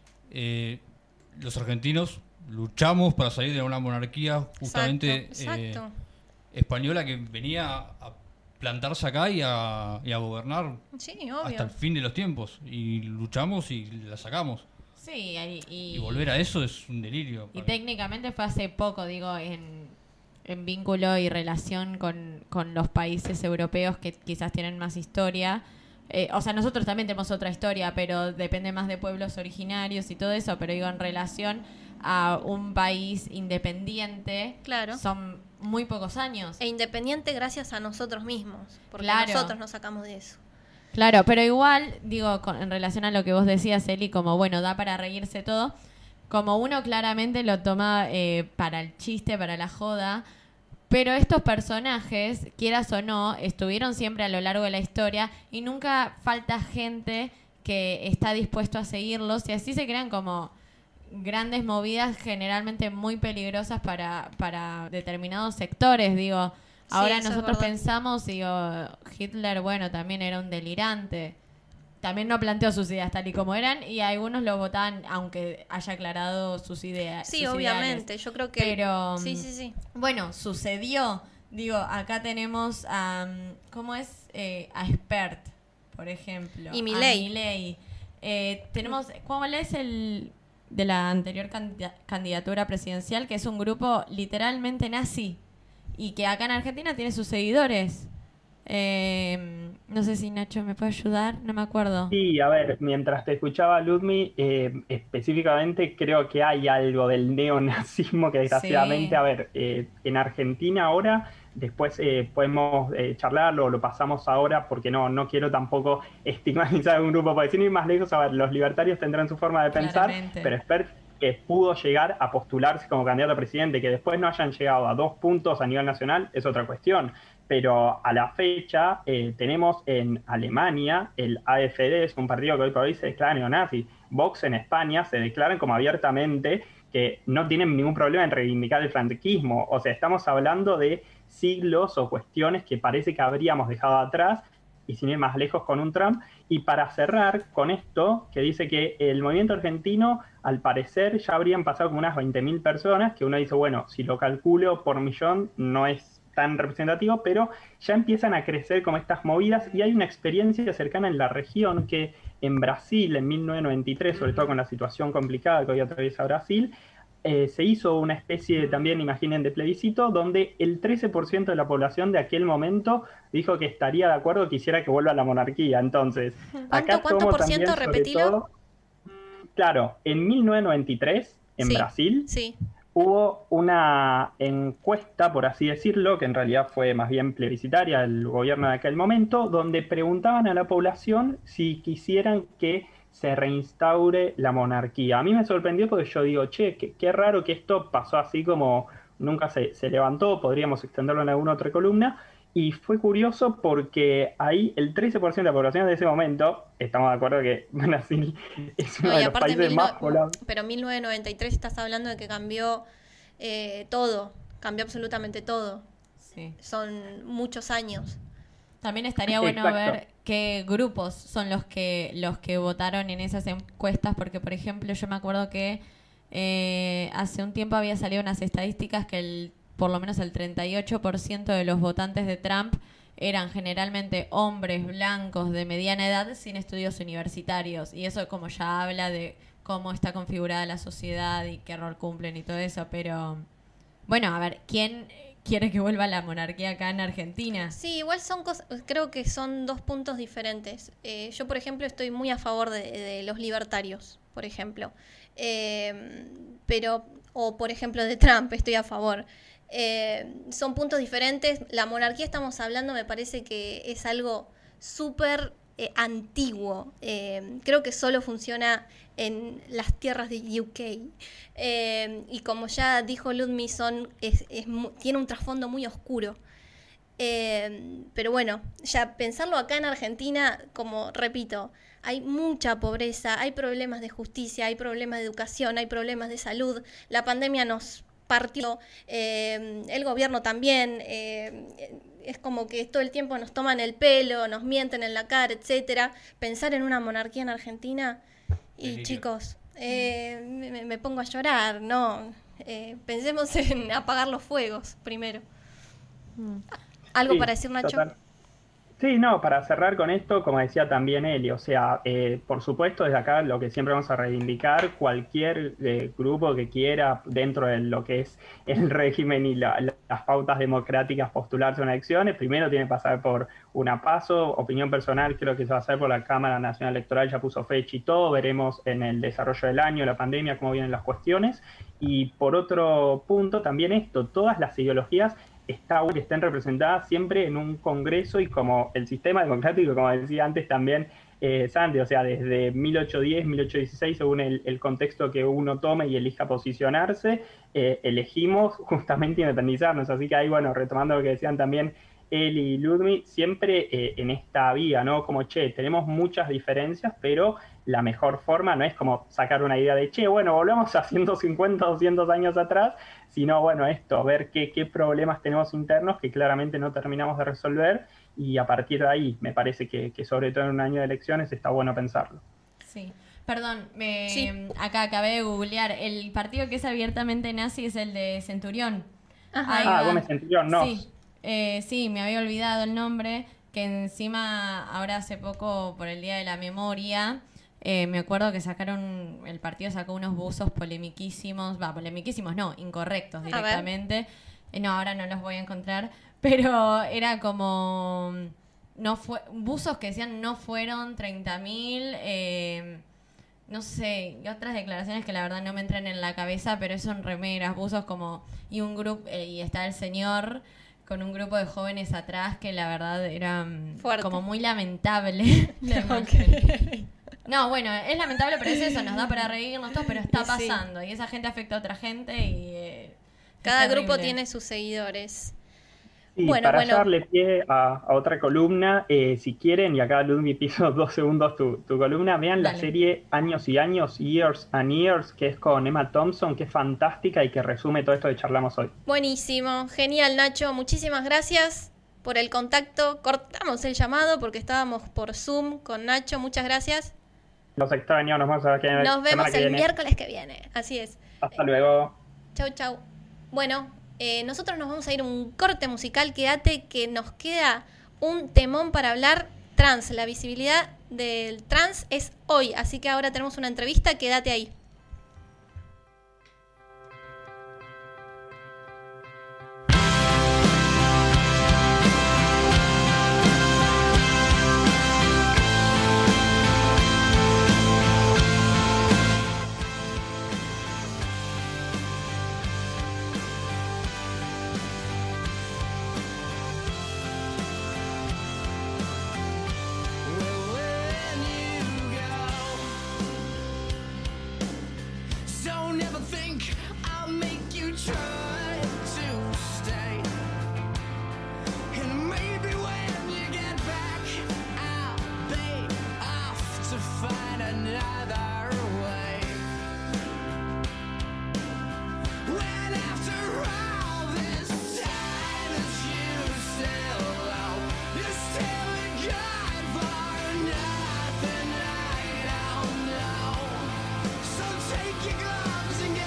los argentinos luchamos para salir de una monarquía justamente Exacto. española que venía a plantarse acá y a gobernar Sí, obvio. hasta el fin de los tiempos. Y luchamos y la sacamos. Sí, Y volver a eso es un delirio. Y técnicamente fue hace poco, digo, en vínculo y relación con los países europeos que quizás tienen más historia. O sea, nosotros también tenemos otra historia, pero depende más de pueblos originarios y todo eso, pero digo, en relación a un país independiente, Claro. son muy pocos años. E independiente gracias a nosotros mismos, porque Claro. nosotros nos sacamos de eso. Claro, pero igual, digo, en relación a lo que vos decías, Eli, como bueno, da para reírse todo, como uno claramente lo toma para el chiste, para la joda, pero estos personajes, quieras o no, estuvieron siempre a lo largo de la historia y nunca falta gente que está dispuesto a seguirlos y así se crean como grandes movidas generalmente muy peligrosas para determinados sectores, digo. Ahora eso es nosotros verdad. pensamos, digo, Hitler, bueno, también era un delirante. También no planteó sus ideas tal y como eran y algunos lo votaban aunque haya aclarado sus ideas. Sí, sus obviamente. ideales. Yo creo que... Pero, Sí. bueno, sucedió. Digo, acá tenemos a... ¿Cómo es? A Spert, por ejemplo. Y a Milei. Milei. Tenemos... ¿Cuál es el de la anterior candidatura presidencial? Que es un grupo literalmente nazi. Y que acá en Argentina tiene sus seguidores. No sé si Nacho me puede ayudar, no me acuerdo. Sí, a ver, mientras te escuchaba, Ludmi, específicamente creo que hay algo del neonazismo que desgraciadamente, Sí. a ver, en Argentina ahora, después podemos charlarlo, lo pasamos ahora, porque no quiero tampoco estigmatizar a un grupo, porque sin ir más lejos, a ver, los libertarios tendrán su forma de pensar, Claramente. pero Spert que pudo llegar a postularse como candidato a presidente, que después no hayan llegado a 2 puntos a nivel nacional, es otra cuestión. Pero a la fecha tenemos en Alemania el AfD, es un partido que hoy por hoy se declara neonazi. Vox en España se declaran como abiertamente que no tienen ningún problema en reivindicar el franquismo. O sea, estamos hablando de siglos o cuestiones que parece que habríamos dejado atrás y sin ir más lejos con un Trump. Y para cerrar con esto, que dice que el movimiento argentino, al parecer, ya habrían pasado como unas 20.000 personas, que uno dice, bueno, si lo calculo por millón, no es tan representativo, pero ya empiezan a crecer como estas movidas y hay una experiencia cercana en la región que en Brasil, en 1993, sobre todo con la situación complicada que hoy atraviesa Brasil, se hizo una especie también, imaginen, de plebiscito, donde el 13% de la población de aquel momento dijo que estaría de acuerdo, quisiera que vuelva la monarquía. Entonces, ¿Cuánto por ciento? sobre Repetilo. todo, claro, en 1993, en Sí, Brasil, Sí. hubo una encuesta, por así decirlo, que en realidad fue más bien plebiscitaria del gobierno de aquel momento, donde preguntaban a la población si quisieran que se reinstaure la monarquía. A mí me sorprendió porque yo digo, che, qué raro que esto pasó así como nunca se levantó, podríamos extenderlo en alguna otra columna, y fue curioso porque ahí el 13% de la población de ese momento, estamos de acuerdo que Brasil es uno No, y de los aparte, países más poblados. pero en 1993 estás hablando de que cambió todo, cambió absolutamente todo. Sí. Son muchos años. También estaría bueno Exacto. ver qué grupos son los que votaron en esas encuestas, porque por ejemplo yo me acuerdo que hace un tiempo había salido unas estadísticas que por lo menos el 38% de los votantes de Trump eran generalmente hombres blancos de mediana edad sin estudios universitarios. Y eso como ya habla de cómo está configurada la sociedad y qué rol cumplen y todo eso. Pero, bueno, a ver, ¿quién quiere que vuelva la monarquía acá en Argentina? Sí, igual son cosas, creo que son dos puntos diferentes. Yo, por ejemplo, estoy muy a favor de los libertarios, por ejemplo. O por ejemplo de Trump, estoy a favor. Son puntos diferentes. La monarquía, estamos hablando, me parece que es algo súper antiguo. Creo que solo funciona en las tierras de UK. Y como ya dijo Ludmilla, tiene un trasfondo muy oscuro. Pero bueno, ya pensarlo acá en Argentina, como repito, hay mucha pobreza, hay problemas de justicia, hay problemas de educación, hay problemas de salud. La pandemia nos partió, el gobierno también, es como que todo el tiempo nos toman el pelo, nos mienten en la cara, etcétera. Pensar en una monarquía en Argentina, y chicos, me pongo a llorar, ¿no? Pensemos en apagar los fuegos primero. ¿Algo Sí, para decir, Nacho? total. Sí, no, para cerrar con esto, como decía también Eli, o sea, por supuesto desde acá lo que siempre vamos a reivindicar, cualquier grupo que quiera dentro de lo que es el régimen y las pautas democráticas postularse a una elección, primero tiene que pasar por una PASO, opinión personal, creo que se va a hacer por la Cámara Nacional Electoral, ya puso fecha y todo, veremos en el desarrollo del año, la pandemia, cómo vienen las cuestiones, y por otro punto también esto, todas las ideologías está bueno que estén representadas siempre en un congreso y como el sistema democrático, como decía antes también Santi, o sea, desde 1810, 1816, según el contexto que uno tome y elija posicionarse, elegimos justamente independizarnos. Así que ahí, bueno, retomando lo que decían también él y Ludmilla, siempre en esta vía, ¿no? Como, tenemos muchas diferencias, pero la mejor forma no es como sacar una idea de, bueno, volvemos a 150, 200 años atrás, sino, bueno, ver qué problemas tenemos internos que claramente no terminamos de resolver, y a partir de ahí me parece que sobre todo en un año de elecciones está bueno pensarlo. Sí. Perdón, acá acabé de googlear. El partido que es abiertamente nazi es el de Centurión. Ajá. Gómez Centurión, no. Sí. Sí, me había olvidado el nombre, que encima ahora hace poco, por el Día de la Memoria, me acuerdo que el partido sacó unos buzos polemiquísimos, incorrectos directamente. No, ahora no los voy a encontrar, pero era como, buzos que decían no fueron 30.000, no sé, y otras declaraciones que la verdad no me entran en la cabeza, pero son remeras, buzos como, y un grupo, y está el señor con un grupo de jóvenes atrás que la verdad era como muy lamentable la imagen. No, bueno, es lamentable, pero es eso, nos da para reírnos todos, pero está pasando, y esa gente afecta a otra gente y cada grupo tiene sus seguidores. Sí, para darle pie a otra columna, si quieren, y acá Ludmilla piso 2 segundos tu columna, vean la serie Años y Años, Years and Years, que es con Emma Thompson, que es fantástica y que resume todo esto que charlamos hoy. Buenísimo, genial, Nacho, muchísimas gracias por el contacto. Cortamos el llamado porque estábamos por Zoom con Nacho, muchas gracias. Los extraño, nos vemos el miércoles que viene, así es. Hasta luego. Chau. Bueno, nosotros nos vamos a ir a un corte musical, quédate que nos queda un temón para hablar trans, la visibilidad del trans es hoy, así que ahora tenemos una entrevista, quédate ahí. Take your gloves and get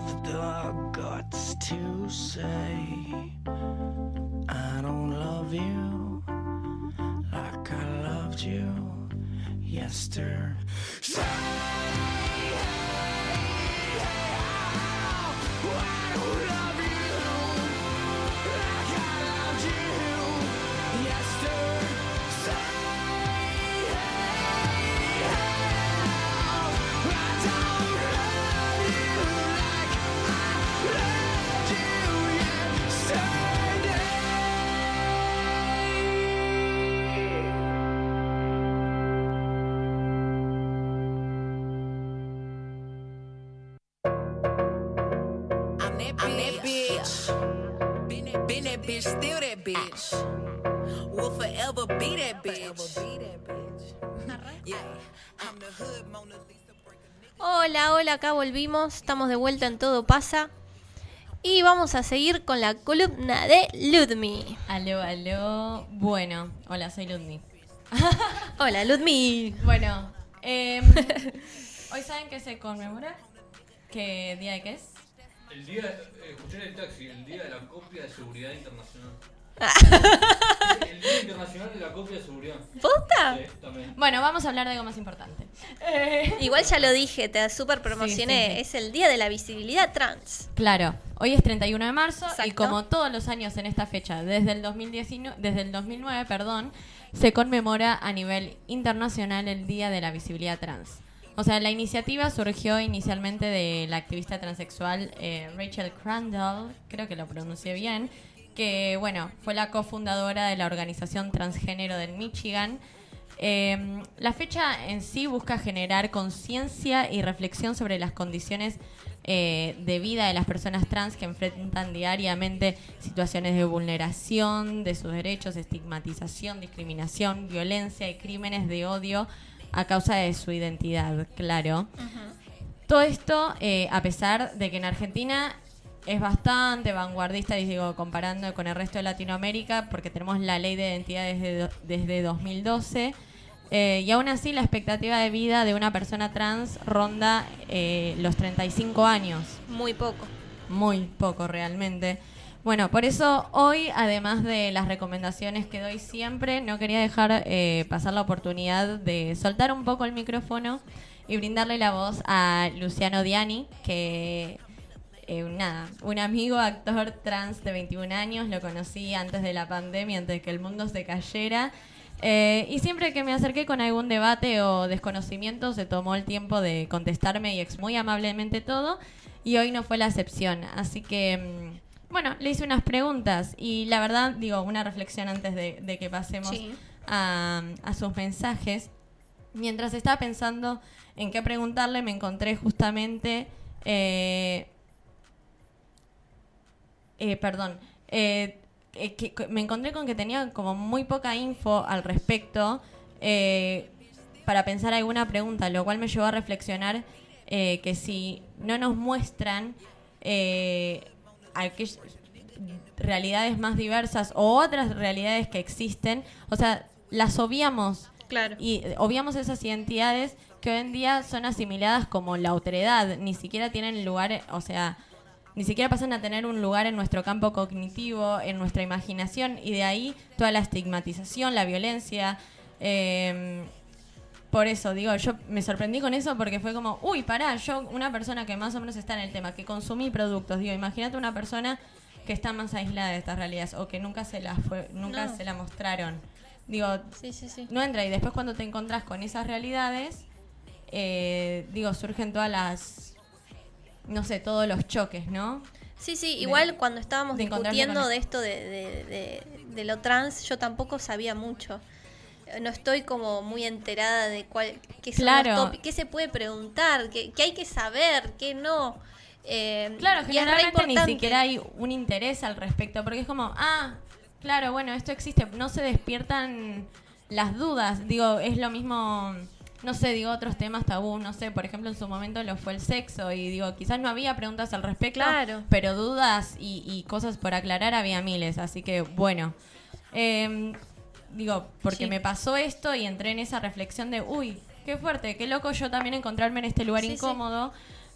have the guts to say I don't love you like I loved you yesterday. Been that bitch, still that bitch. Will forever be that bitch. Yeah, I'm the hood Mona Lisa. Hola, hola, acá volvimos. Estamos de vuelta en Todo Pasa. Y vamos a seguir con la columna de Ludmi. Aló, aló. Bueno, hola, soy Ludmi. Hola, Ludmi. Bueno, hoy saben que se conmemora. ¿Qué día de qué es? El día, escuché en el taxi, el día de la copia de seguridad internacional. El día internacional de la copia de seguridad. ¿Posta? Sí, también. Bueno, vamos a hablar de algo más importante. Igual ya lo dije, te super promocioné. Sí. Es el día de la visibilidad trans. Claro, hoy es 31 de marzo Exacto. y como todos los años en esta fecha, desde el 2009, se conmemora a nivel internacional el Día de la Visibilidad Trans. O sea, la iniciativa surgió inicialmente de la activista transexual Rachel Crandall, creo que lo pronuncié bien, que bueno, fue la cofundadora de la organización transgénero del Michigan. La fecha en sí busca generar conciencia y reflexión sobre las condiciones de vida de las personas trans que enfrentan diariamente situaciones de vulneración de sus derechos, estigmatización, discriminación, violencia y crímenes de odio a causa de su identidad, claro. Todo esto, a pesar de que en Argentina es bastante vanguardista, y digo, comparando con el resto de Latinoamérica, porque tenemos la ley de identidad desde 2012, y aún así la expectativa de vida de una persona trans ronda los 35 años. Muy poco Realmente. Bueno, por eso hoy, además de las recomendaciones que doy siempre, no quería dejar pasar la oportunidad de soltar un poco el micrófono y brindarle la voz a Luciano Diani, que un amigo, actor trans de 21 años, lo conocí antes de la pandemia, antes de que el mundo se cayera. Y siempre que me acerqué con algún debate o desconocimiento, se tomó el tiempo de contestarme y muy amablemente todo, y hoy no fue la excepción. Así que... bueno, le hice unas preguntas y la verdad, digo, una reflexión antes de que pasemos a sus mensajes. Mientras estaba pensando en qué preguntarle, me encontré justamente... me encontré con que tenía como muy poca info al respecto para pensar alguna pregunta, lo cual me llevó a reflexionar que si no nos muestran... realidades más diversas o otras realidades que existen, o sea, las obviamos. Claro. Y obviamos esas identidades que hoy en día son asimiladas como la otredad, ni siquiera tienen lugar, o sea, ni siquiera pasan a tener un lugar en nuestro campo cognitivo, en nuestra imaginación, y de ahí toda la estigmatización, la violencia. Por eso, digo, yo me sorprendí con eso porque fue como, uy, pará, yo, una persona que más o menos está en el tema, que consumí productos, digo, imagínate una persona que está más aislada de estas realidades o que nunca se la mostraron. Digo, sí. No entra, y después cuando te encontrás con esas realidades, surgen todas las, no sé, todos los choques, ¿no? Sí, igual cuando estábamos de discutiendo de esto de lo trans, yo tampoco sabía mucho. No estoy como muy enterada de qué son los tópicos, qué se puede preguntar, qué hay que saber, qué no. Claro, generalmente ni siquiera hay un interés al respecto, porque es como, claro, bueno, esto existe, no se despiertan las dudas, digo, es lo mismo, no sé, digo, otros temas tabú, no sé, por ejemplo, en su momento lo fue el sexo, y digo, quizás no había preguntas al respecto, claro, pero dudas y cosas por aclarar había miles, así que, bueno, digo, porque me pasó esto y entré en esa reflexión de, uy, qué fuerte, qué loco yo también encontrarme en este lugar incómodo.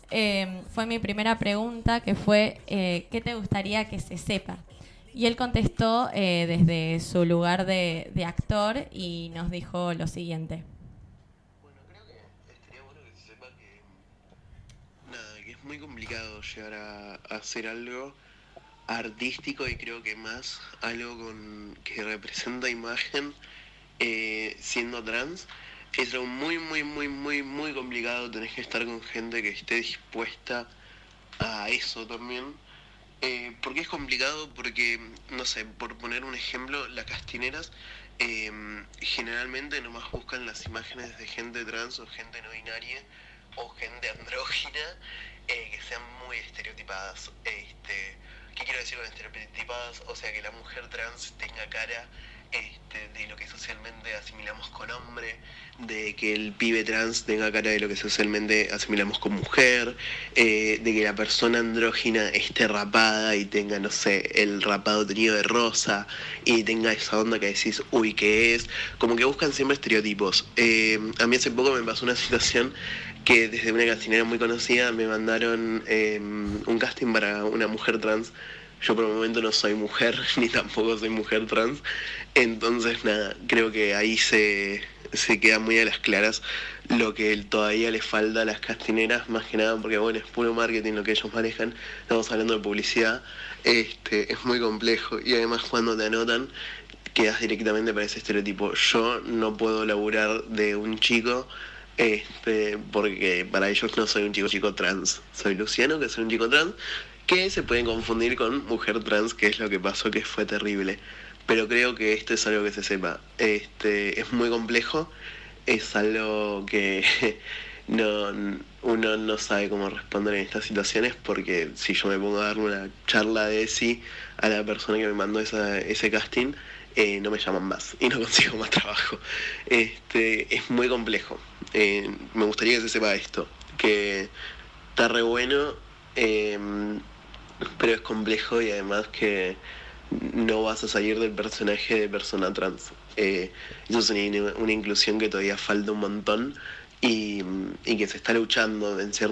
fue mi primera pregunta, que fue, ¿qué te gustaría que se sepa? Y él contestó desde su lugar de actor y nos dijo lo siguiente. Bueno, creo que estaría bueno que se sepa que es muy complicado llegar a hacer algo artístico, y creo que más algo que representa imagen siendo trans. Es algo muy, muy, muy, muy, muy complicado. Tenés que estar con gente que esté dispuesta a eso también. ¿Por qué es complicado? Porque, no sé, por poner un ejemplo, las castineras generalmente nomás buscan las imágenes de gente trans o gente no binaria o gente andrógina que sean muy estereotipadas. ¿Qué quiero decir con estereotipadas? O sea, que la mujer trans tenga cara de lo que socialmente asimilamos con hombre, de que el pibe trans tenga cara de lo que socialmente asimilamos con mujer, de que la persona andrógina esté rapada y tenga, no sé, el rapado teñido de rosa y tenga esa onda que decís, uy, ¿qué es? Como que buscan siempre estereotipos. A mí hace poco me pasó una situación que desde una castinera muy conocida me mandaron un casting para una mujer trans. Yo por el momento no soy mujer, ni tampoco soy mujer trans, entonces nada, creo que ahí se queda muy a las claras lo que todavía le falta a las castineras, más que nada porque bueno, es puro marketing lo que ellos manejan, estamos hablando de publicidad, es muy complejo, y además cuando te anotan quedas directamente para ese estereotipo. Yo no puedo laburar de un chico, porque para ellos no soy un chico trans, soy Luciano, que soy un chico trans, que se pueden confundir con mujer trans, que es lo que pasó, que fue terrible. Pero creo que esto es algo que se sepa. Es muy complejo, es algo que uno no sabe cómo responder en estas situaciones, porque si yo me pongo a darle una charla de ESI a la persona que me mandó ese casting, no me llaman más y no consigo más trabajo. Es muy complejo. Me gustaría que se sepa esto, que está re bueno, pero es complejo, y además que no vas a salir del personaje de persona trans. Eso es una inclusión que todavía falta un montón y que se está luchando a vencer.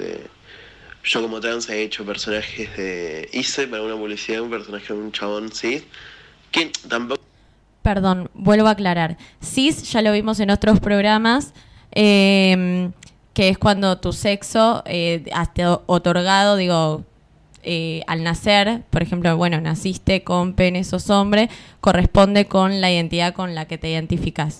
Yo como trans he hecho personajes hice para una publicidad un personaje de un chabón cis, que tampoco... Perdón, vuelvo a aclarar. Cis ya lo vimos en otros programas, que es cuando tu sexo has otorgado, digo, al nacer, por ejemplo, bueno, naciste con pene, sos hombre, corresponde con la identidad con la que te identificas.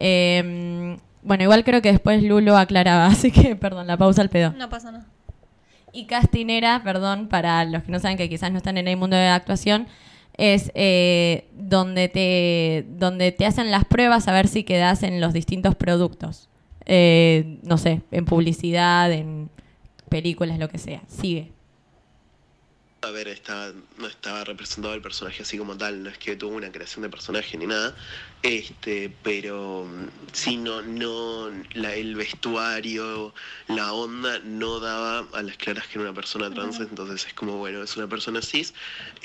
Bueno, igual creo que después Lulo aclaraba, así que, perdón, la pausa al pedo. No pasa nada. Y castinera, perdón, para los que no saben, que quizás no están en el mundo de la actuación, es donde te hacen las pruebas a ver si quedás en los distintos productos. No sé, en publicidad, en películas, lo que sea. Sigue. A ver, no estaba representado el personaje así como tal, no es que tuvo una creación de personaje ni nada, pero sí, el vestuario, la onda no daba a las claras que era una persona trans, entonces es como, bueno, es una persona cis,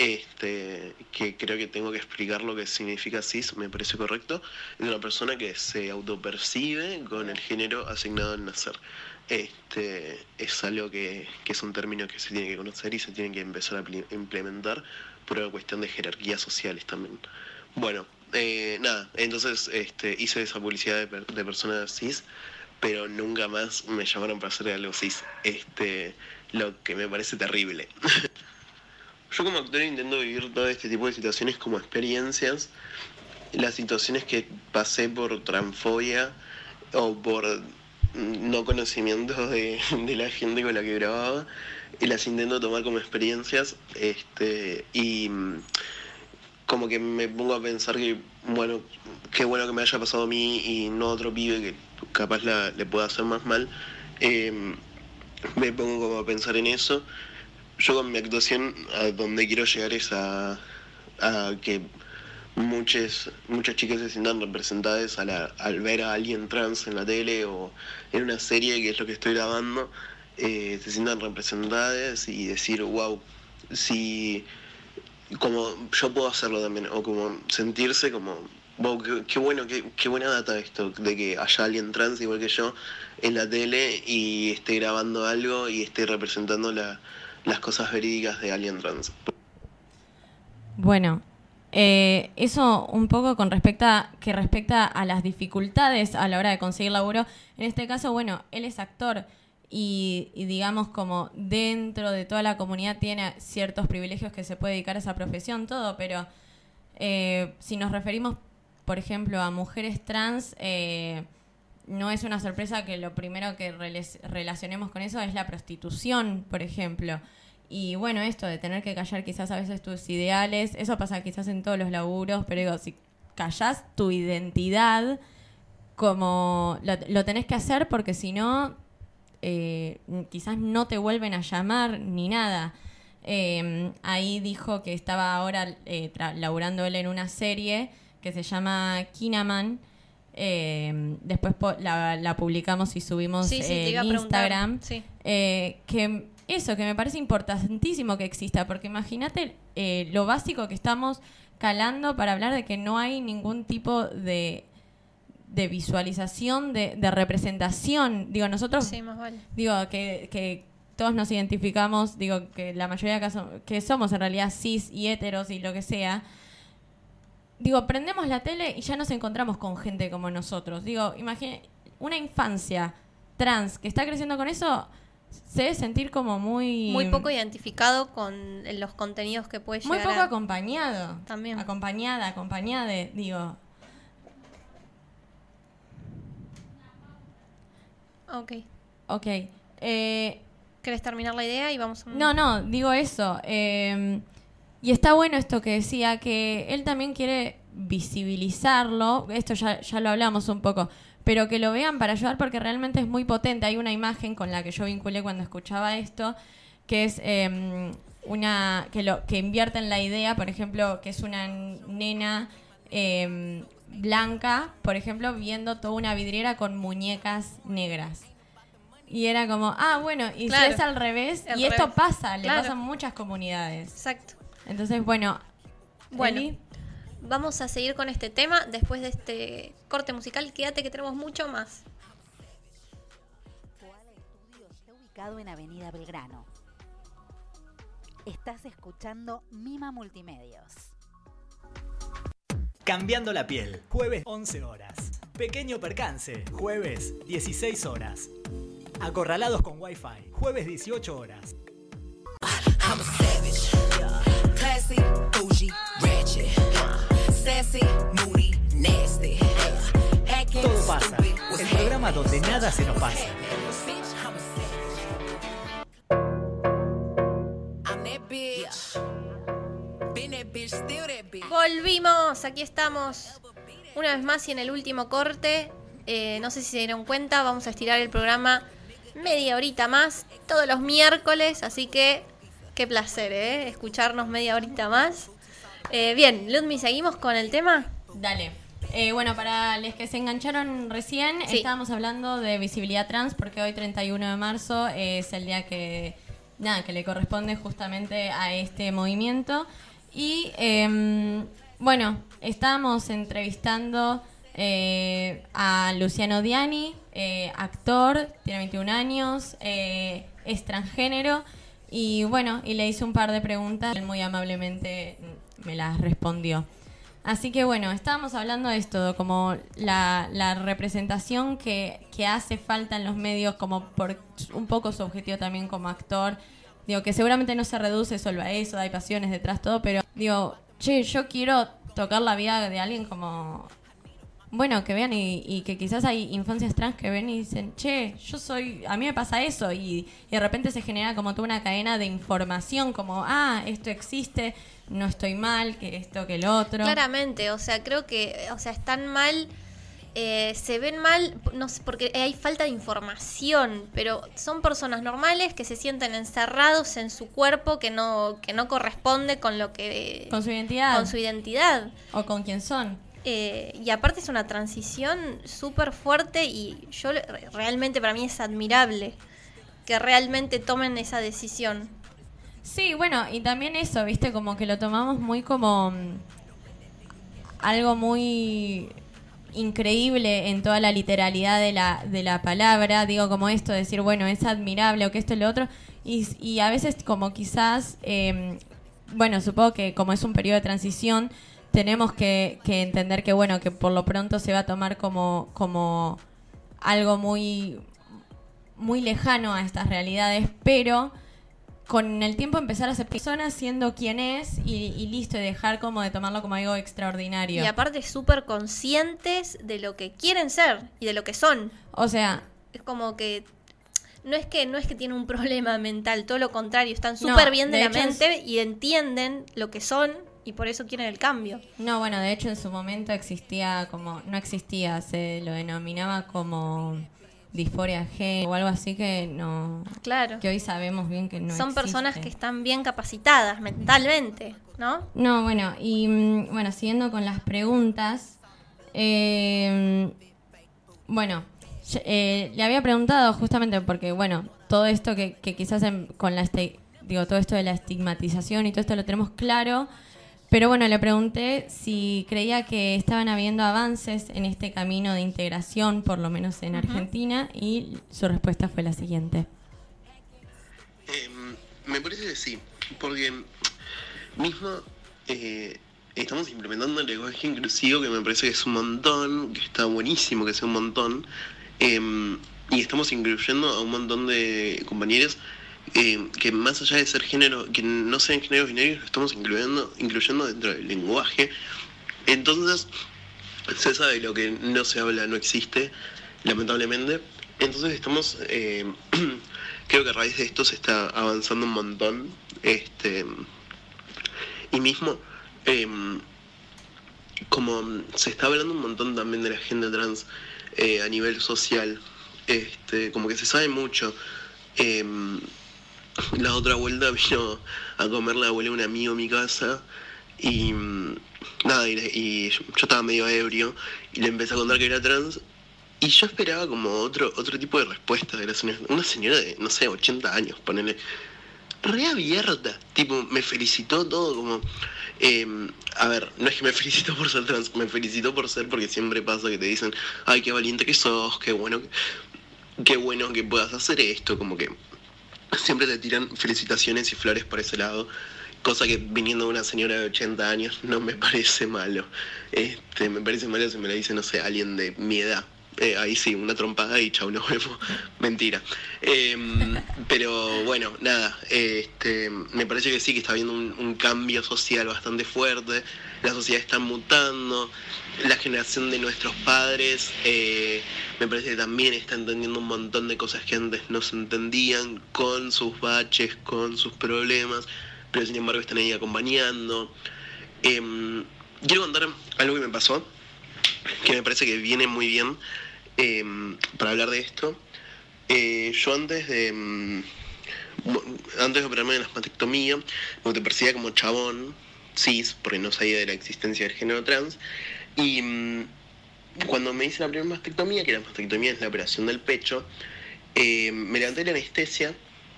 que creo que tengo que explicar lo que significa cis, me parece correcto, es una persona que se autopercibe con el género asignado al nacer. Es algo que es un término que se tiene que conocer y se tiene que empezar a implementar por una cuestión de jerarquías sociales también. Bueno, nada, entonces hice esa publicidad de personas cis, pero nunca más me llamaron para hacer algo cis, lo que me parece terrible. Yo como actor intento vivir todo este tipo de situaciones como experiencias. Las situaciones que pasé por transfobia o por no conocimiento de la gente con la que grababa, y las intento tomar como experiencias, y como que me pongo a pensar que, bueno, qué bueno que me haya pasado a mí y no a otro pibe que capaz le pueda hacer más mal. Me pongo como a pensar en eso. Yo con mi actuación a donde quiero llegar es a que muchas chicas se sientan representadas al ver a alguien trans en la tele o en una serie, que es lo que estoy grabando, se sientan representadas y decir, wow, si como yo puedo hacerlo también, o como sentirse como Wow, qué bueno, qué buena data esto, de que haya alguien trans igual que yo en la tele y esté grabando algo y esté representando las cosas verídicas de alguien trans. Bueno, eso un poco respecta a las dificultades a la hora de conseguir laburo. En este caso, bueno, él es actor y digamos como dentro de toda la comunidad tiene ciertos privilegios que se puede dedicar a esa profesión, todo, pero si nos referimos, por ejemplo, a mujeres trans, no es una sorpresa que lo primero que relacionemos con eso es la prostitución, por ejemplo. Y bueno, esto de tener que callar quizás a veces tus ideales, eso pasa quizás en todos los laburos, pero digo, si callás tu identidad, como lo tenés que hacer porque si no, quizás no te vuelven a llamar ni nada. Ahí dijo que estaba ahora laburando él en una serie que se llama Kinaman. Después la publicamos y subimos en Instagram. Sí. Que me parece importantísimo que exista, porque imagínate lo básico que estamos calando para hablar de que no hay ningún tipo de visualización, de representación. Digo, nosotros, sí, más vale. Digo, que todos nos identificamos, digo, que la mayoría de casos, que somos en realidad cis y heteros y lo que sea. Digo, prendemos la tele y ya nos encontramos con gente como nosotros. Digo, imagina una infancia trans que está creciendo con eso, se debe sentir como muy poco identificado con los contenidos que puede llegar. Muy poco acompañado. También. Acompañada, digo. Ok. ¿Querés terminar la idea y vamos a... No, digo eso. Y está bueno esto que decía, que él también quiere visibilizarlo. Esto ya lo hablamos un poco. Pero que lo vean para ayudar porque realmente es muy potente. Hay una imagen con la que yo vinculé cuando escuchaba esto, que es que invierte en la idea, por ejemplo, que es una nena blanca, por ejemplo, viendo toda una vidriera con muñecas negras. Y era como, bueno, y claro, si es al revés, y esto revés. Pasa, le pasa en muchas comunidades. Exacto. Entonces, bueno, Eli, vamos a seguir con este tema después de este corte musical. Quédate que tenemos mucho más. Koala Estudio está ubicado en Avenida Belgrano. Estás escuchando Mima Multimedios. Cambiando la piel, jueves 11 horas. Pequeño percance, jueves 16 horas. Acorralados con Wi-Fi, jueves 18 horas. I'm a savage, classy, bougie, ratchet, sassy, moody, nasty. Todo pasa, el programa donde nada se nos pasa. Volvimos, aquí estamos una vez más y en el último corte. No sé si se dieron cuenta, vamos a estirar el programa media horita más todos los miércoles, así que qué placer, escucharnos media horita más. Bien, Ludmi, ¿seguimos con el tema? Dale. Bueno, para los que se engancharon recién, sí, estábamos hablando de visibilidad trans porque hoy 31 de marzo es el día que le corresponde justamente a este movimiento. Y bueno, estábamos entrevistando a Luciano Diani, actor, tiene 21 años, es transgénero. Y bueno, y le hice un par de preguntas, él muy amablemente me las respondió. Así que bueno, estábamos hablando de esto, como la representación que hace falta en los medios, como por un poco su objetivo también como actor. Digo, que seguramente no se reduce solo a eso, hay pasiones detrás, todo, pero digo, yo quiero tocar la vida de alguien como... Bueno, que vean y que quizás hay infancias trans que ven y dicen, a mí me pasa eso, y de repente se genera como toda una cadena de información, como, esto existe, no estoy mal, que esto, que lo otro. Claramente, o sea, creo que, están mal, se ven mal, no sé, porque hay falta de información, pero son personas normales que se sienten encerrados en su cuerpo, que no corresponde con lo que... Con su identidad. Con su identidad. O con quién son. Y aparte es una transición súper fuerte y realmente para mí es admirable que realmente tomen esa decisión. Sí, bueno, y también eso, viste, como que lo tomamos muy como algo muy increíble en toda la literalidad de la palabra, digo, como esto, decir, bueno, es admirable o que esto y lo otro, y a veces como quizás, bueno, supongo que como es un periodo de transición, tenemos que entender que, bueno, que por lo pronto se va a tomar como algo muy, muy lejano a estas realidades, pero con el tiempo empezar a ser persona siendo quien es y listo, y dejar como de tomarlo como algo extraordinario. Y aparte súper conscientes de lo que quieren ser y de lo que son. O sea, es como que no es que tienen un problema mental, todo lo contrario, están súper bien de la mente y entienden lo que son y por eso quieren el cambio. No, bueno, de hecho en su momento existía como, no existía, se lo denominaba como disforia G o algo así que no, claro, que hoy sabemos bien que no son existe. Personas que están bien capacitadas mentalmente, ¿no? No, bueno, y bueno, siguiendo con las preguntas, bueno, le había preguntado justamente porque, bueno, todo esto que quizás con todo esto de la estigmatización y todo esto lo tenemos claro, pero bueno, le pregunté si creía que estaban habiendo avances en este camino de integración, por lo menos en Argentina, y su respuesta fue la siguiente. Me parece que sí, porque mismo estamos implementando el lenguaje inclusivo, que me parece que es un montón, que está buenísimo que sea un montón, y estamos incluyendo a un montón de compañeros que más allá de ser género, que no sean géneros binarios, lo estamos incluyendo dentro del lenguaje. Entonces se sabe lo que no se habla, no existe, lamentablemente. Entonces estamos, creo que a raíz de esto se está avanzando un montón, y mismo como se está hablando un montón también de la agenda trans a nivel social, como que se sabe mucho. La otra vuelta vino a comer la abuela de un amigo en mi casa y nada, y yo estaba medio ebrio y le empecé a contar que era trans y yo esperaba como otro tipo de respuesta de la señora, una señora de, no sé, 80 años, ponele, reabierta, tipo, me felicitó todo como, a ver, no es que me felicitó por ser trans, me felicitó por ser, porque siempre pasa que te dicen, ay, qué valiente que sos, qué bueno que puedas hacer esto, como que siempre te tiran felicitaciones y flores por ese lado, cosa que viniendo de una señora de 80 años no me parece malo. Me parece malo si me la dice, no sé, alguien de mi edad. Ahí sí, una trompada y chau, nos vemos. Mentira. Pero bueno, nada, me parece que sí, que está habiendo un cambio social bastante fuerte, la sociedad está mutando, la generación de nuestros padres me parece que también está entendiendo un montón de cosas que antes no se entendían, con sus baches, con sus problemas, pero sin embargo están ahí acompañando. Quiero contar algo que me pasó, que me parece que viene muy bien para hablar de esto. Yo antes de operarme de la mastectomía, me te percibía como chabón, cis, porque no sabía de la existencia del género trans, y cuando me hice la primera mastectomía, que la mastectomía es la operación del pecho, me levanté de la anestesia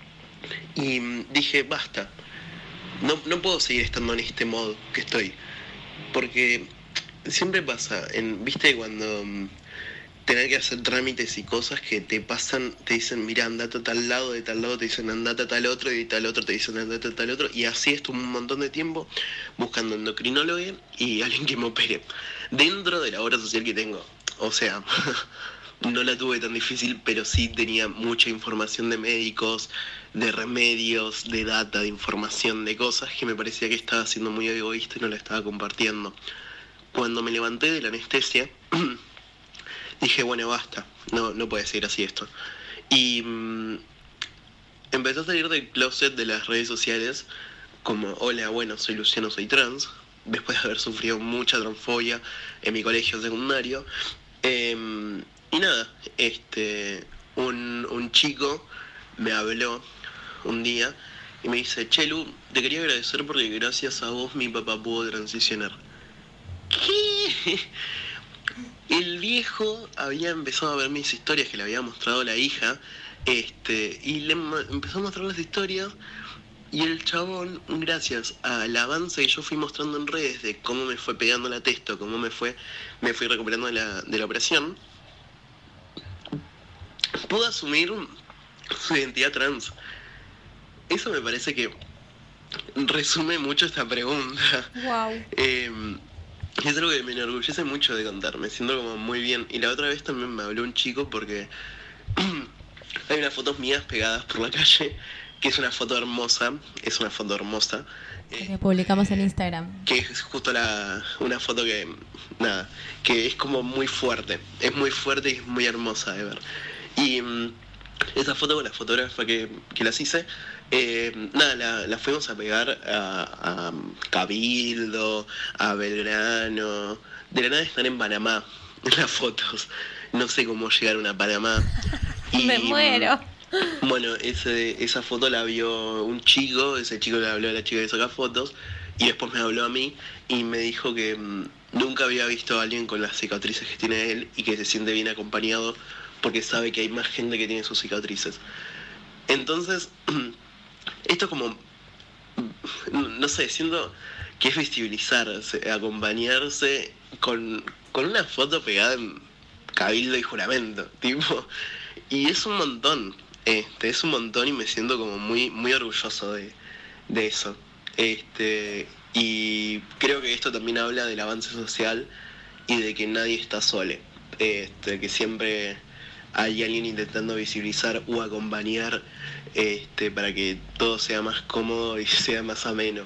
y dije, basta, no puedo seguir estando en este modo que estoy, porque siempre pasa, ¿viste cuando tener que hacer trámites y cosas que te pasan, te dicen, mira, andate a tal lado, de tal lado te dicen, andate a tal otro, y de tal otro te dicen, andate a tal otro, y así estuve un montón de tiempo buscando endocrinólogo y alguien que me opere, dentro de la obra social que tengo. O sea, no la tuve tan difícil, pero sí tenía mucha información de médicos, de remedios, de data, de información, de cosas que me parecía que estaba siendo muy egoísta y no la estaba compartiendo. Cuando me levanté de la anestesia, dije, bueno, basta, no puede seguir así esto. Y empecé a salir del closet de las redes sociales como, hola, bueno, soy Luciano, soy trans, después de haber sufrido mucha transfobia en mi colegio secundario. Y nada, un chico me habló un día y me dice, Chelu, te quería agradecer porque gracias a vos mi papá pudo transicionar. ¿Qué? El viejo había empezado a ver mis historias que le había mostrado la hija, y le empezó a mostrar las historias Y el chabón, gracias al avance que yo fui mostrando en redes de cómo me fue pegando la testo, cómo me fui recuperando de la operación, pudo asumir su identidad trans. Eso me parece que resume mucho esta pregunta. Wow. Es algo que me enorgullece mucho de contar, me siento como muy bien. Y la otra vez también me habló un chico porque hay unas fotos mías pegadas por la calle, que es una foto hermosa, Que publicamos en Instagram. que es justo una foto que es como muy fuerte, es muy fuerte y es muy hermosa de ver. Y esa foto con la fotógrafa que las hice, la fuimos a pegar a Cabildo, a Belgrano. De la nada están en Panamá las fotos. No sé cómo llegaron a Panamá. Me muero. Bueno, esa foto la vio un chico, ese chico le habló a la chica que saca fotos, y después me habló a mí y me dijo que nunca había visto a alguien con las cicatrices que tiene él y que se siente bien acompañado porque sabe que hay más gente que tiene sus cicatrices. Entonces, esto como, no sé, siento que es visibilizarse, acompañarse con una foto pegada en Cabildo y Juramento, tipo, y es un montón, es un montón y me siento como muy, muy orgulloso de eso. Y creo que esto también habla del avance social y de que nadie está solo, que siempre hay alguien intentando visibilizar o acompañar para que todo sea más cómodo y sea más ameno.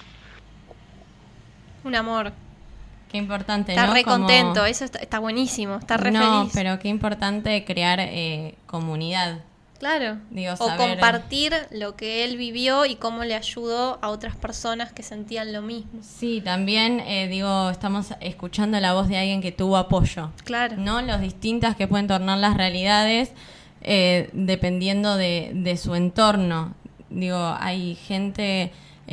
Un amor. Qué importante, Está ¿no? re Como- contento, eso está buenísimo, está re No, feliz. pero qué importante crear comunidad. Claro. Digo, O saber- compartir lo que él vivió y cómo le ayudó a otras personas que sentían lo mismo. Sí, también, estamos escuchando la voz de alguien que tuvo apoyo. Claro. ¿No? Los distintas que pueden tornar las realidades dependiendo de su entorno. Digo, hay gente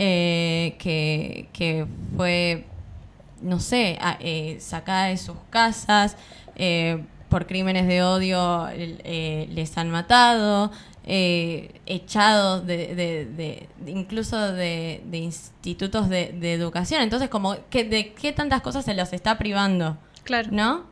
que fue, no sé, sacada de sus casas, por crímenes de odio les han matado, echados incluso de institutos de educación. Entonces, como que ¿de qué tantas cosas se los está privando? Claro. ¿No?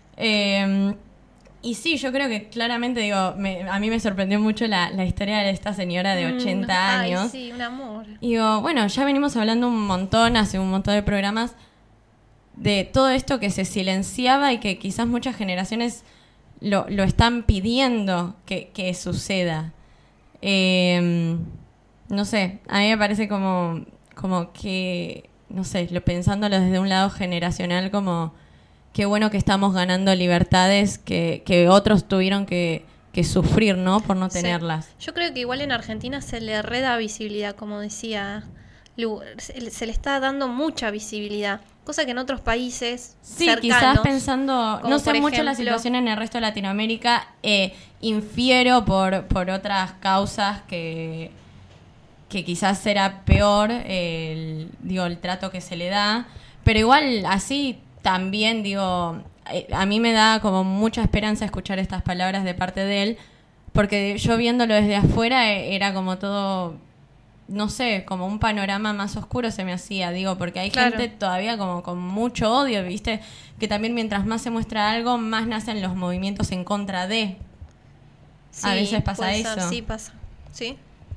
Y sí, yo creo que claramente, digo, a mí me sorprendió mucho la historia de esta señora de 80 años. Ay, sí, un amor. Y digo, bueno, ya venimos hablando un montón, hace un montón de programas, de todo esto que se silenciaba y que quizás muchas generaciones lo están pidiendo que suceda. No sé, a mí me parece como que, no sé, pensándolo desde un lado generacional, como qué bueno que estamos ganando libertades que otros tuvieron que sufrir, ¿no? Por no Sí. tenerlas. Yo creo que igual en Argentina se le reda visibilidad, como decía Lu, se le está dando mucha visibilidad, cosa que en otros países Sí, cercanos, quizás pensando, como no sé por mucho la ejemplo- situación en el resto de Latinoamérica, infiero por otras causas que quizás será peor el trato que se le da, pero igual así también a mí me da como mucha esperanza escuchar estas palabras de parte de él, porque yo viéndolo desde afuera era como todo, no sé, como un panorama más oscuro se me hacía, porque hay Claro. gente todavía como con mucho odio, ¿viste? Que también mientras más se muestra algo, más nacen los movimientos en contra de. Sí, A veces pasa puede ser, eso. sí, pasa. Sí.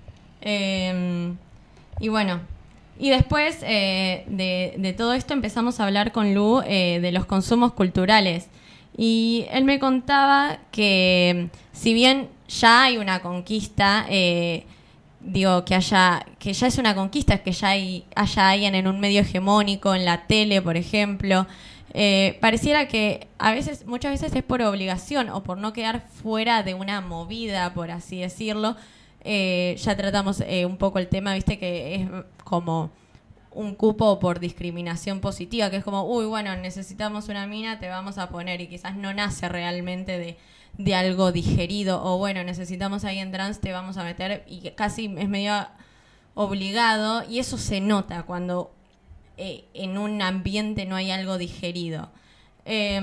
Y bueno, y después de todo esto empezamos a hablar con Lu de los consumos culturales. Y él me contaba que si bien ya hay una conquista, que ya es una conquista, que ya haya alguien en un medio hegemónico, en la tele, por ejemplo, pareciera que muchas veces es por obligación o por no quedar fuera de una movida, por así decirlo. Ya tratamos un poco el tema, viste, que es como un cupo por discriminación positiva, que es como, uy, bueno, necesitamos una mina, te vamos a poner, y quizás no nace realmente de algo digerido, o bueno, necesitamos a alguien trans, te vamos a meter, y que casi es medio obligado, y eso se nota cuando en un ambiente no hay algo digerido.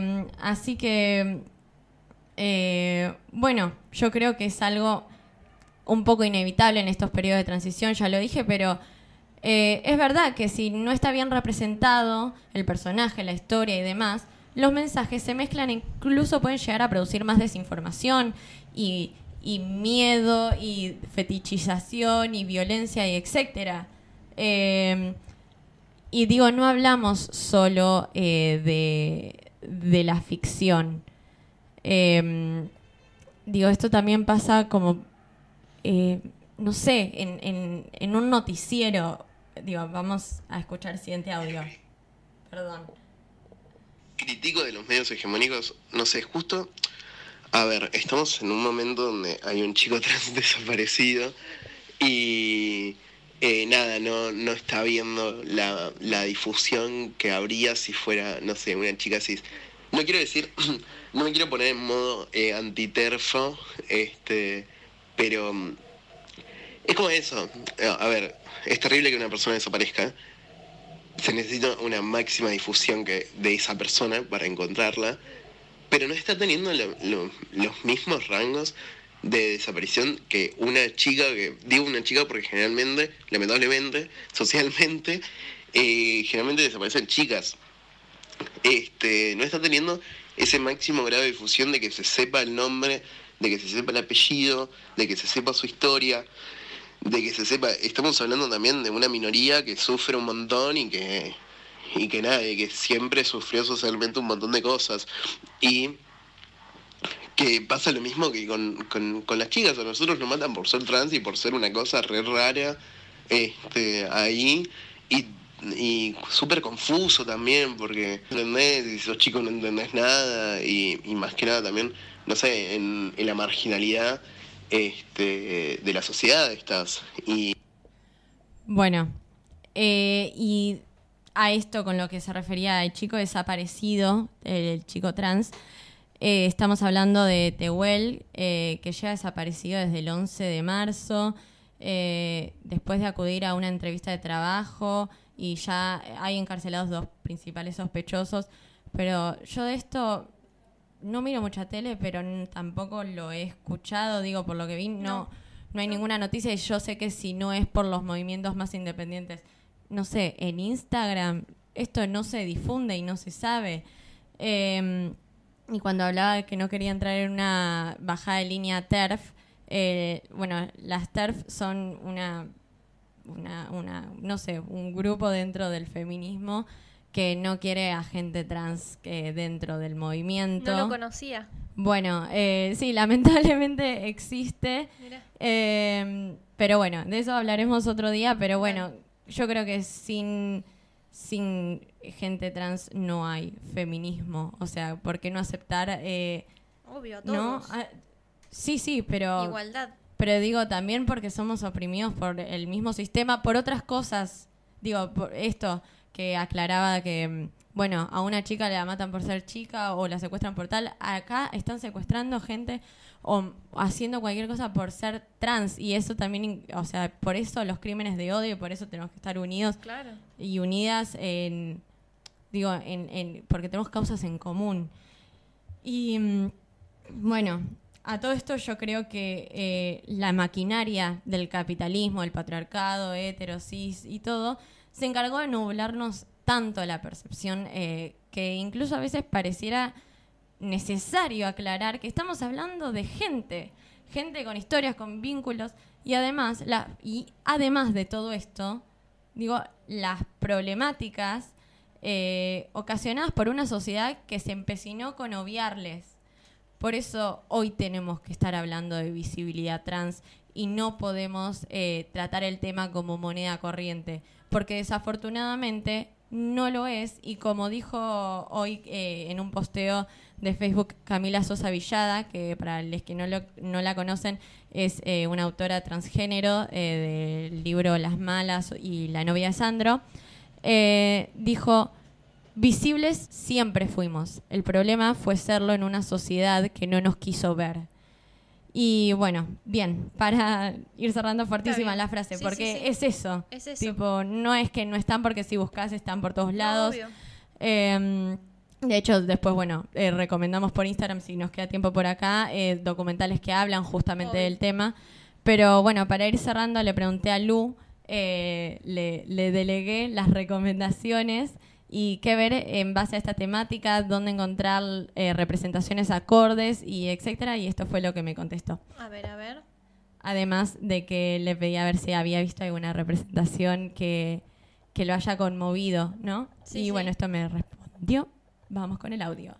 Así que, bueno, yo creo que es algo un poco inevitable en estos periodos de transición, ya lo dije, pero es verdad que si no está bien representado el personaje, la historia y demás, los mensajes se mezclan e incluso pueden llegar a producir más desinformación y miedo y fetichización y violencia y etcétera. Y digo, no hablamos solo de la ficción. Digo, esto también pasa como, no sé, en un noticiero. Digo, vamos a escuchar el siguiente audio. Perdón. Critico de los medios hegemónicos, no sé, justo... A ver, estamos en un momento donde hay un chico trans desaparecido y nada, no está viendo la difusión que habría si fuera, no sé, una chica cis. No quiero decir, no me quiero poner en modo antiterfo, pero es como eso. A ver, es terrible que una persona desaparezca. Se necesita una máxima difusión de esa persona para encontrarla. Pero no está teniendo los mismos rangos de desaparición que una chica, digo una chica porque generalmente, lamentablemente, socialmente, generalmente desaparecen chicas. No está teniendo ese máximo grado de difusión de que se sepa el nombre, de que se sepa el apellido, de que se sepa su historia, de que se sepa... Estamos hablando también de una minoría que sufre un montón y que nada, y que siempre sufrió socialmente un montón de cosas. Y que pasa lo mismo que con las chicas. A nosotros nos matan por ser trans y por ser una cosa re rara ahí. Y súper confuso también, porque no entendés, y sos chico no entendés nada. Y más que nada también, no sé, en la marginalidad de la sociedad estás. Bueno, y... a esto con lo que se refería el chico desaparecido, el chico trans, estamos hablando de Tehuel, que lleva desaparecido desde el 11 de marzo, después de acudir a una entrevista de trabajo, y ya hay encarcelados 2 principales sospechosos, pero yo de esto no miro mucha tele, pero tampoco lo he escuchado, digo, por lo que vi, no hay ninguna noticia, y yo sé que si no es por los movimientos más independientes, no sé, en Instagram esto no se difunde y no se sabe. Y cuando hablaba de que no quería entrar en una bajada de línea TERF, bueno, las TERF son no sé, un grupo dentro del feminismo que no quiere a gente trans dentro del movimiento. No lo conocía. Bueno, sí, lamentablemente existe. Pero bueno, de eso hablaremos otro día, pero bueno... Yo creo que sin gente trans no hay feminismo. O sea, ¿por qué no aceptar? Obvio, a todos. ¿no? Sí, pero... Igualdad. Pero digo, también porque somos oprimidos por el mismo sistema, por otras cosas. Digo, por esto que aclaraba que, bueno, a una chica la matan por ser chica o la secuestran por tal. Acá están secuestrando gente o haciendo cualquier cosa por ser trans, y eso también, o sea, por eso los crímenes de odio, y por eso tenemos que estar unidos y unidas porque tenemos causas en común. Y bueno, a todo esto yo creo que la maquinaria del capitalismo, el patriarcado, hetero, cis y todo, se encargó de nublarnos tanto la percepción que incluso a veces pareciera necesario aclarar que estamos hablando de gente con historias, con vínculos, y además de todo esto, digo, las problemáticas ocasionadas por una sociedad que se empecinó con obviarles. Por eso hoy tenemos que estar hablando de visibilidad trans y no podemos tratar el tema como moneda corriente, porque desafortunadamente no lo es, y como dijo hoy en un posteo de Facebook Camila Sosa Villada, que para los que no la conocen es una autora transgénero del libro Las Malas y La novia de Sandro, dijo: visibles siempre fuimos, el problema fue serlo en una sociedad que no nos quiso ver. Y bueno, bien, para ir cerrando fuertísima la frase, sí, porque sí. Es eso. Tipo, no es que no están, porque si buscas están por todos lados. De hecho, después, bueno, recomendamos por Instagram, si nos queda tiempo por acá, documentales que hablan justamente del tema. Pero bueno, para ir cerrando, le pregunté a Lu, le delegué las recomendaciones y qué ver en base a esta temática, dónde encontrar representaciones acordes y etcétera, y esto fue lo que me contestó. A ver. Además de que le pedí a ver si había visto alguna representación que lo haya conmovido, ¿no? Sí, y sí. bueno, esto me respondió. Vamos con el audio.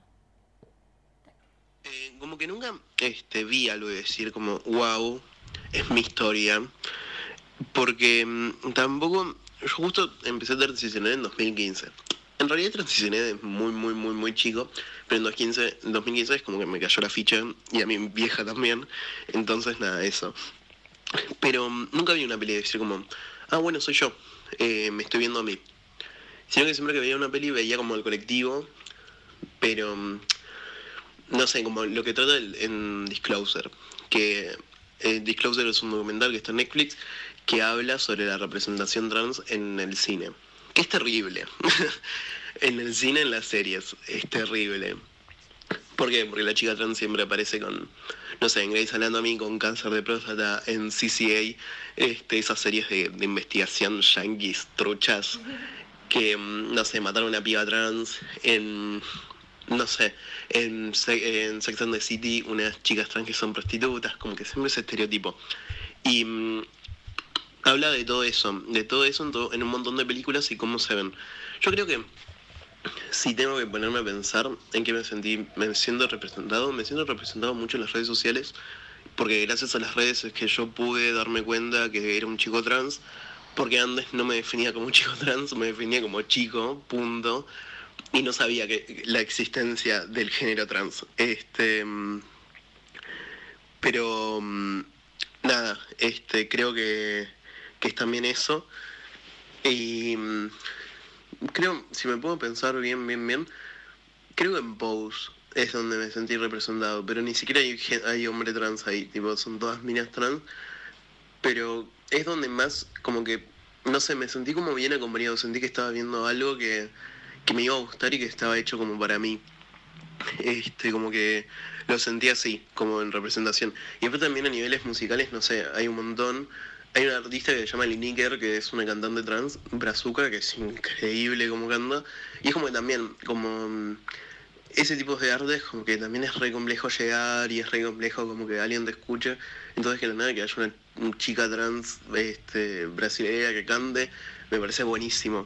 Como que nunca vi algo de decir como, wow, es mi historia. Porque tampoco, yo justo empecé a transicionar en 2015. En realidad transicioné de muy chico, pero en 2015 es como que me cayó la ficha, y a mi vieja también. Entonces nada, eso. Pero nunca vi una peli de decir como, bueno, soy yo, me estoy viendo a mí. Sino que siempre que veía una peli veía como el colectivo, pero no sé, como lo que trata en Disclosure, que Disclosure es un documental que está en Netflix que habla sobre la representación trans en el cine, que es terrible. En el cine, en las series, es terrible. ¿Por qué? Porque la chica trans siempre aparece con, no sé, en Grey's Anatomy con cáncer de próstata, en CCA, esas series de investigación yankees truchas, que, no sé, mataron a una piba trans, no sé, en Sex and the City, unas chicas trans que son prostitutas, como que siempre ese estereotipo. Y habla de todo eso en un montón de películas y cómo se ven. Yo creo que si tengo que ponerme a pensar en qué me siento representado mucho en las redes sociales, porque gracias a las redes es que yo pude darme cuenta que era un chico trans, porque antes no me definía como un chico trans, me definía como chico, punto, y no sabía que la existencia del género trans. Pero nada, creo que es también eso. Y creo, si me puedo pensar bien, creo que en Pose es donde me sentí representado, pero ni siquiera hay hombre trans ahí, tipo, son todas minas trans, pero es donde más, como que, no sé, me sentí como bien acompañado, sentí que estaba viendo algo que me iba a gustar y que estaba hecho como para mí. Como que lo sentí así, como en representación. Y después también a niveles musicales, no sé, hay un montón. Hay una artista que se llama Lineker, que es una cantante trans, brazuca, que es increíble como canta. Y es como que también, como ese tipo de arte, como que también es re complejo llegar y es re complejo como que alguien te escuche. Entonces que nada, que haya una chica trans brasileña que cante, me parece buenísimo.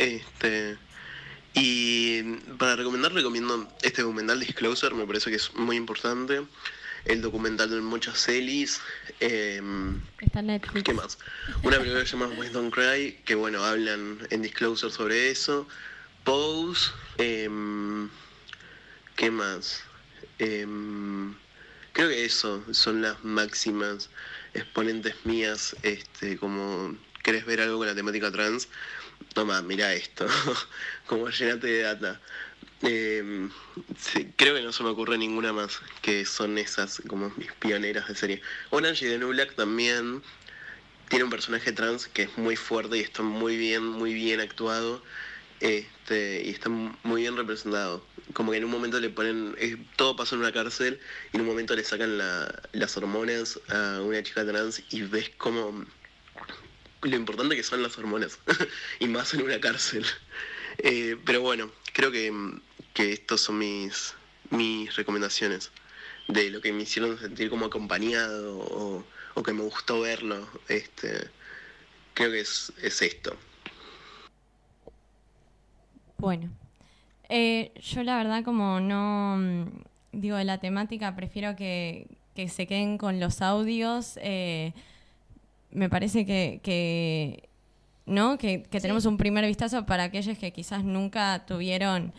Y para recomiendo este documental Disclosure, me parece que es muy importante. El documental de muchas celis. Está en Netflix. ¿Qué más? Una película que se llama Boys Don't Cry, que bueno, hablan en Disclosure sobre eso. Pose. ¿Qué más? Creo que eso son las máximas exponentes mías. Como querés ver algo con la temática trans, toma, mira esto. Como llenate de data. Sí, creo que no se me ocurre ninguna más, que son esas como mis pioneras de serie. Orange y the New Black también tiene un personaje trans que es muy fuerte y está muy bien actuado, y está muy bien representado. Como que en un momento le ponen, todo pasa en una cárcel y en un momento le sacan las hormonas a una chica trans y ves como lo importante que son las hormonas y más en una cárcel. Pero bueno, creo que estos son mis recomendaciones de lo que me hicieron sentir como acompañado o que me gustó verlo. Creo que es esto. Bueno, yo la verdad como no digo de la temática, prefiero que se queden con los audios. Me parece que ¿no? Que tenemos un primer vistazo para aquellos que quizás nunca tuvieron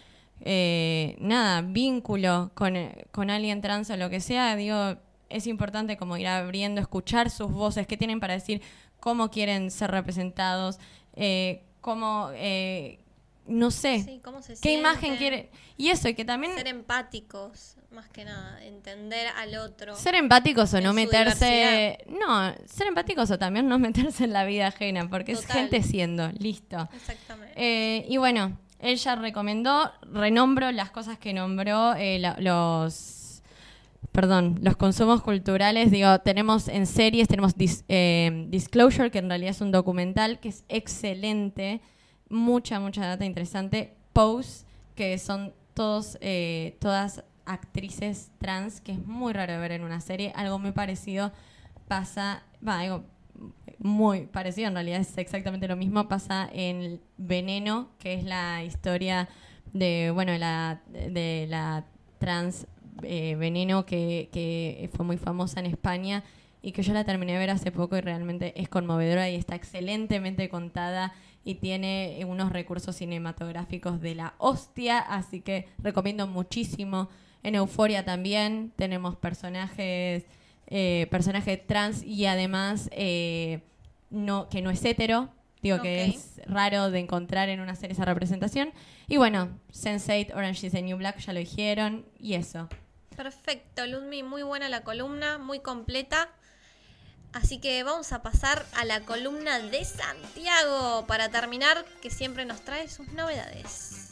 vínculo con alguien trans o lo que sea. Digo, es importante como ir abriendo, escuchar sus voces, qué tienen para decir, cómo quieren ser representados, cómo, no sé, Sí, cómo se qué imagen sienten. quieren. Y eso, y que también Ser empáticos, más que nada, entender al otro. ser empáticos o en no su meterse... No, ser empáticos o también no meterse en la vida ajena, porque es Total. gente siendo, listo. Exactamente. Y bueno, él ya recomendó, renombro las cosas que nombró, los consumos culturales, digo, tenemos en series, tenemos Disclosure, que en realidad es un documental que es excelente, mucha data interesante. Pose, que son todas actrices trans, que es muy raro ver en una serie. Algo muy parecido pasa, algo muy parecido, en realidad es exactamente lo mismo, pasa en Veneno, que es la historia de la trans Veneno, que fue muy famosa en España y que yo la terminé de ver hace poco y realmente es conmovedora y está excelentemente contada y tiene unos recursos cinematográficos de la hostia, así que recomiendo muchísimo. En Euphoria también tenemos personaje trans y además que no es hetero, digo que es raro de encontrar en una serie esa representación. Y bueno, Sense8, Orange is the New Black, ya lo dijeron, y eso. Perfecto, Ludmi, muy buena la columna, muy completa. Así que vamos a pasar a la columna de Santiago para terminar, que siempre nos trae sus novedades.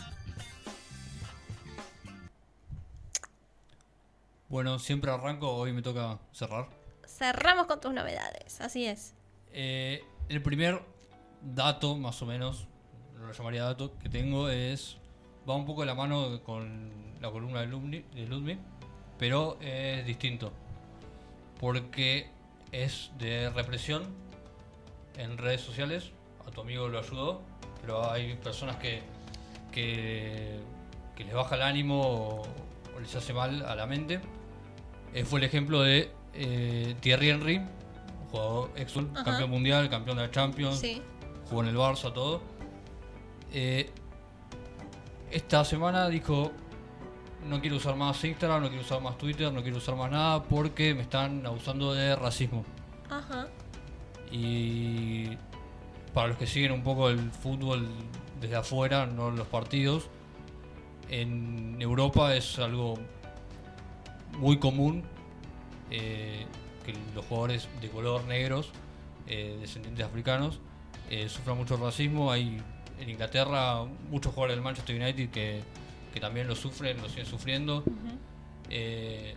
Bueno, siempre arranco, hoy me toca cerrar. Cerramos con tus novedades, así es. El primer dato, más o menos, no lo llamaría dato, que tengo va un poco de la mano con la columna de Ludmi, pero es distinto. Porque es de represión en redes sociales. A tu amigo lo ayudó, pero hay personas que les baja el ánimo o les hace mal a la mente. Fue el ejemplo de Thierry Henry, jugador campeón mundial, campeón de la Champions, Sí. jugó en el Barça, todo. Esta semana dijo: no quiero usar más Instagram, no quiero usar más Twitter, no quiero usar más nada porque me están abusando de racismo. Ajá. Y para los que siguen un poco el fútbol desde afuera, no los partidos, en Europa es algo muy común que los jugadores de color negros, descendientes africanos, sufran mucho racismo. Hay en Inglaterra muchos jugadores del Manchester United que también lo sufren, lo siguen sufriendo. Y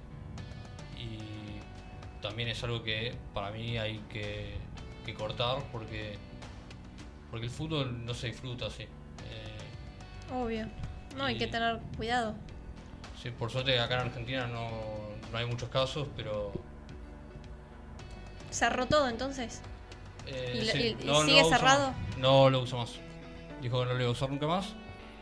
también es algo que para mí hay que cortar porque el fútbol no se disfruta así. Obvio. No, hay que tener cuidado. Sí, por suerte acá en Argentina no hay muchos casos, pero... ¿Cerró todo entonces? ¿Y sí. sigue cerrado? Más. No lo uso más. Dijo que no lo iba a usar nunca más.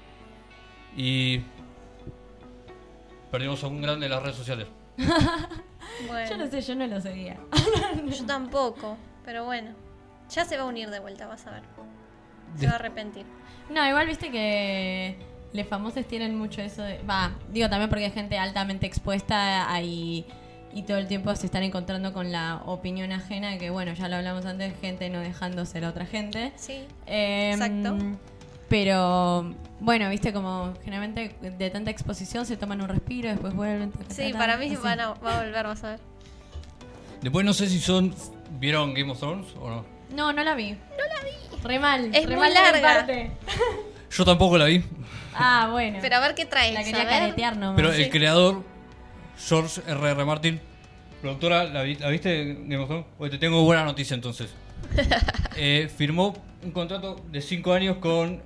Y perdimos a un grande de las redes sociales. Bueno, Yo no sé, yo no lo seguía. yo tampoco, pero bueno. Ya se va a unir de vuelta, vas a ver. Se va a arrepentir. No, igual viste que los famosos tienen mucho eso de... digo también porque hay gente altamente expuesta y todo el tiempo se están encontrando con la opinión ajena, que bueno, ya lo hablamos antes, gente no dejando ser otra gente. Sí, exacto. Pero bueno, viste como generalmente de tanta exposición se toman un respiro, después vuelven. Sí, para mí va a volver, vas a ver. Después no sé si ¿vieron Game of Thrones o no? No la vi. Re mal. Es re muy mal de mi larga. parte. Yo tampoco la vi. Bueno. Pero a ver qué traes. La quería a ver. caretear nomás. Pero el creador, George R.R. Martin, productora, ¿la viste Game of Thrones? Oye, te tengo buena noticia entonces. Firmó un contrato de 5 años con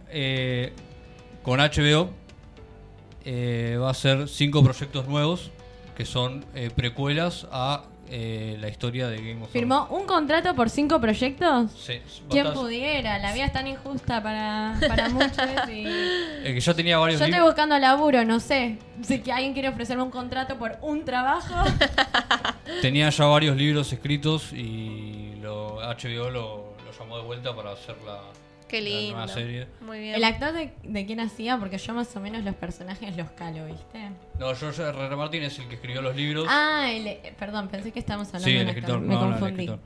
HBO. Va a hacer 5 proyectos nuevos que son precuelas a la historia de Game of Thrones. ¿Firmó un contrato por 5 proyectos? Sí. ¿Quién pudiera? La vida es tan injusta para muchos y... Que ya tenía varios Yo estoy libros. buscando laburo, no sé. Si que alguien quiere ofrecerme un contrato por un trabajo. Tenía ya varios libros escritos y HBO lo llamó de vuelta para hacer la lindo. nueva serie. Muy bien. ¿El actor de quién hacía? Porque yo más o menos los personajes los calo, ¿viste? No, George R.R. Martin es el que escribió los libros. Perdón, pensé que estábamos hablando Sí, del el actor. escritor. Me no, el confundí. escritor.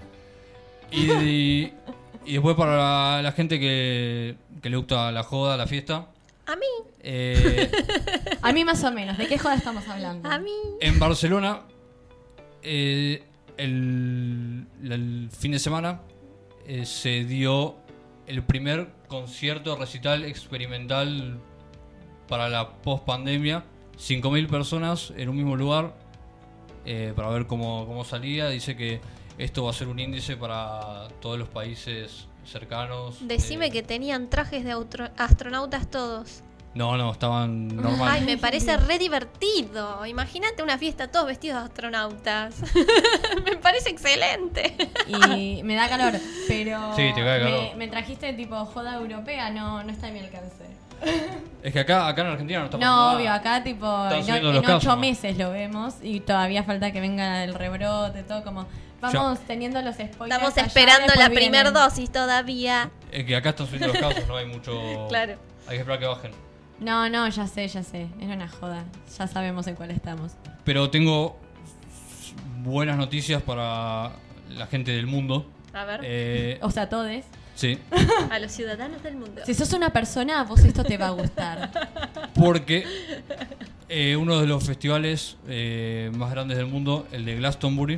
Y después para la gente que le gusta la joda, la fiesta. A mí. A mí más o menos. ¿De qué joda estamos hablando? A mí. En Barcelona, el fin de semana, se dio el primer concierto recital experimental para la post-pandemia. 5.000 personas en un mismo lugar. para ver cómo salía. Dice que esto va a ser un índice para todos los países cercanos. Decime que tenían trajes de astronautas todos. No, estaban normales. Ay, me parece re divertido. Imagínate una fiesta todos vestidos de astronautas. Me parece excelente. Y me da calor, pero Sí, te cae calor. me trajiste tipo joda europea, no está en mi alcance. Es que acá en Argentina no está No, pasando obvio, nada. acá tipo Están subiendo en los 8 casos, meses lo vemos y todavía falta que venga el rebrote, todo como vamos teniendo los spoilers. Estamos allá, esperando después la primer vienen. dosis todavía. Es que acá están subiendo los casos, no hay mucho. Claro. Hay que esperar que bajen. No, ya sé, era una joda, ya sabemos en cuál estamos. Pero tengo buenas noticias para la gente del mundo. A ver. O sea, todes. Sí. A los ciudadanos del mundo. Si sos una persona, a vos esto te va a gustar. Porque uno de los festivales más grandes del mundo, el de Glastonbury,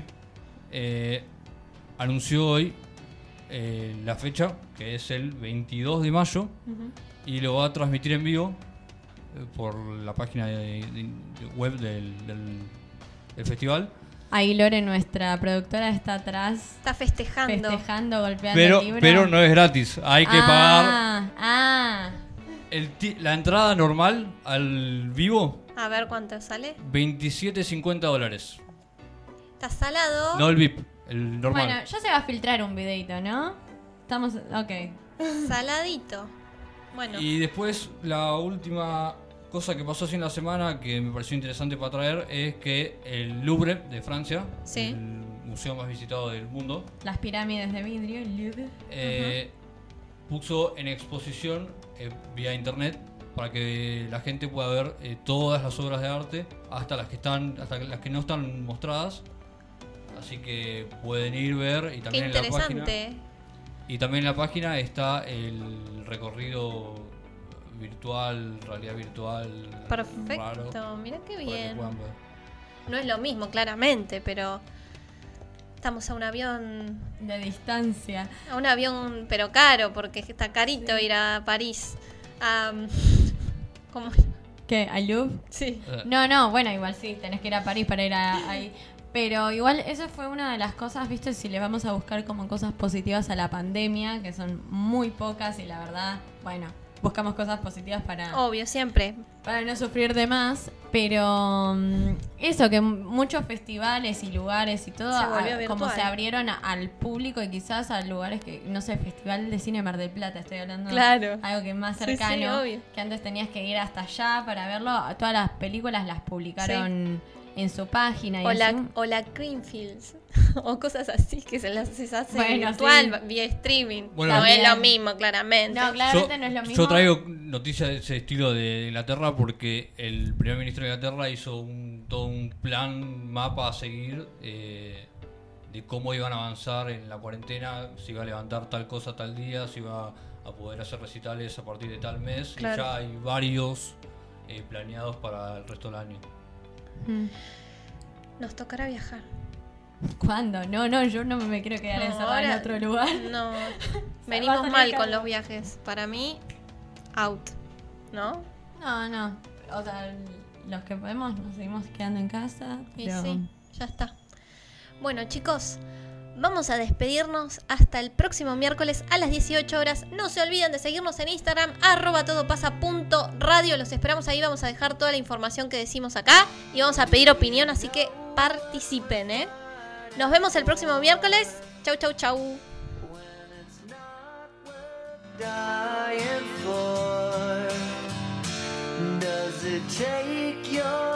anunció hoy la fecha, que es el 22 de mayo, y lo va a transmitir en vivo por la página de web del festival. Ahí Lore, nuestra productora, está atrás Está festejando. golpeando el libro. Pero no es gratis, hay que pagar Ah, la entrada normal al vivo, A ver cuánto sale. $27.50. Está salado. No el VIP, el normal. bueno, ya se va a filtrar un videito, ¿no? Estamos, ok. Saladito. Bueno. Y después la última cosa que pasó así en la semana que me pareció interesante para traer es que el Louvre de Francia, Sí. el museo más visitado del mundo, Las pirámides de vidrio, el Louvre. puso en exposición vía internet para que la gente pueda ver todas las obras de arte, hasta las que no están mostradas. Así que pueden ir, ver, y Qué también en la página. interesante. Y también en la página está el recorrido virtual, realidad virtual. Perfecto. Raro, Mira qué para que bien. puedan ver. No es lo mismo, claramente, pero estamos a un avión. De distancia. A un avión, pero caro, porque está carito ir a París. ¿Cómo? ¿Qué? ¿Al Louvre? Sí. No, bueno, igual sí, tenés que ir a París para ir ahí. Pero igual eso fue una de las cosas, ¿viste? Si le vamos a buscar como cosas positivas a la pandemia, que son muy pocas y la verdad, bueno, buscamos cosas positivas para Obvio, siempre. no sufrir de más. Pero eso, que muchos festivales y lugares y todo, Se volvió como virtual. se abrieron al público y quizás a lugares que, no sé, Festival de Cine Mar del Plata, estoy hablando Claro. algo que es más Sí, cercano, sí, obvio. que antes tenías que ir hasta allá para verlo. Todas las películas las publicaron en su página. Y O la Greenfields. O cosas así que se hace Bueno, virtual sí. vía streaming. Bueno, no es También. lo mismo, claramente. No, claramente no es lo mismo. Yo traigo noticias de ese estilo de Inglaterra porque el primer ministro de Inglaterra hizo todo un plan, mapa a seguir de cómo iban a avanzar en la cuarentena, si iba a levantar tal cosa tal día, si iba a poder hacer recitales a partir de tal mes. Claro. Y ya hay varios planeados para el resto del año. Nos tocará viajar. ¿Cuándo? No, yo no me quiero quedar No, encerrada en ahora- otro lugar. No, va a venimos salir mal caro. con los viajes. Para mí, out. ¿No? No. O sea, los que podemos nos seguimos quedando en casa. Y Pero... sí, ya está. Bueno, chicos, vamos a despedirnos hasta el próximo miércoles a las 18 horas. No se olviden de seguirnos en Instagram, @todopasa.radio. Los esperamos ahí, vamos a dejar toda la información que decimos acá y vamos a pedir opinión, así que participen, ¿eh? Nos vemos el próximo miércoles. Chau. Dying for. Does it take your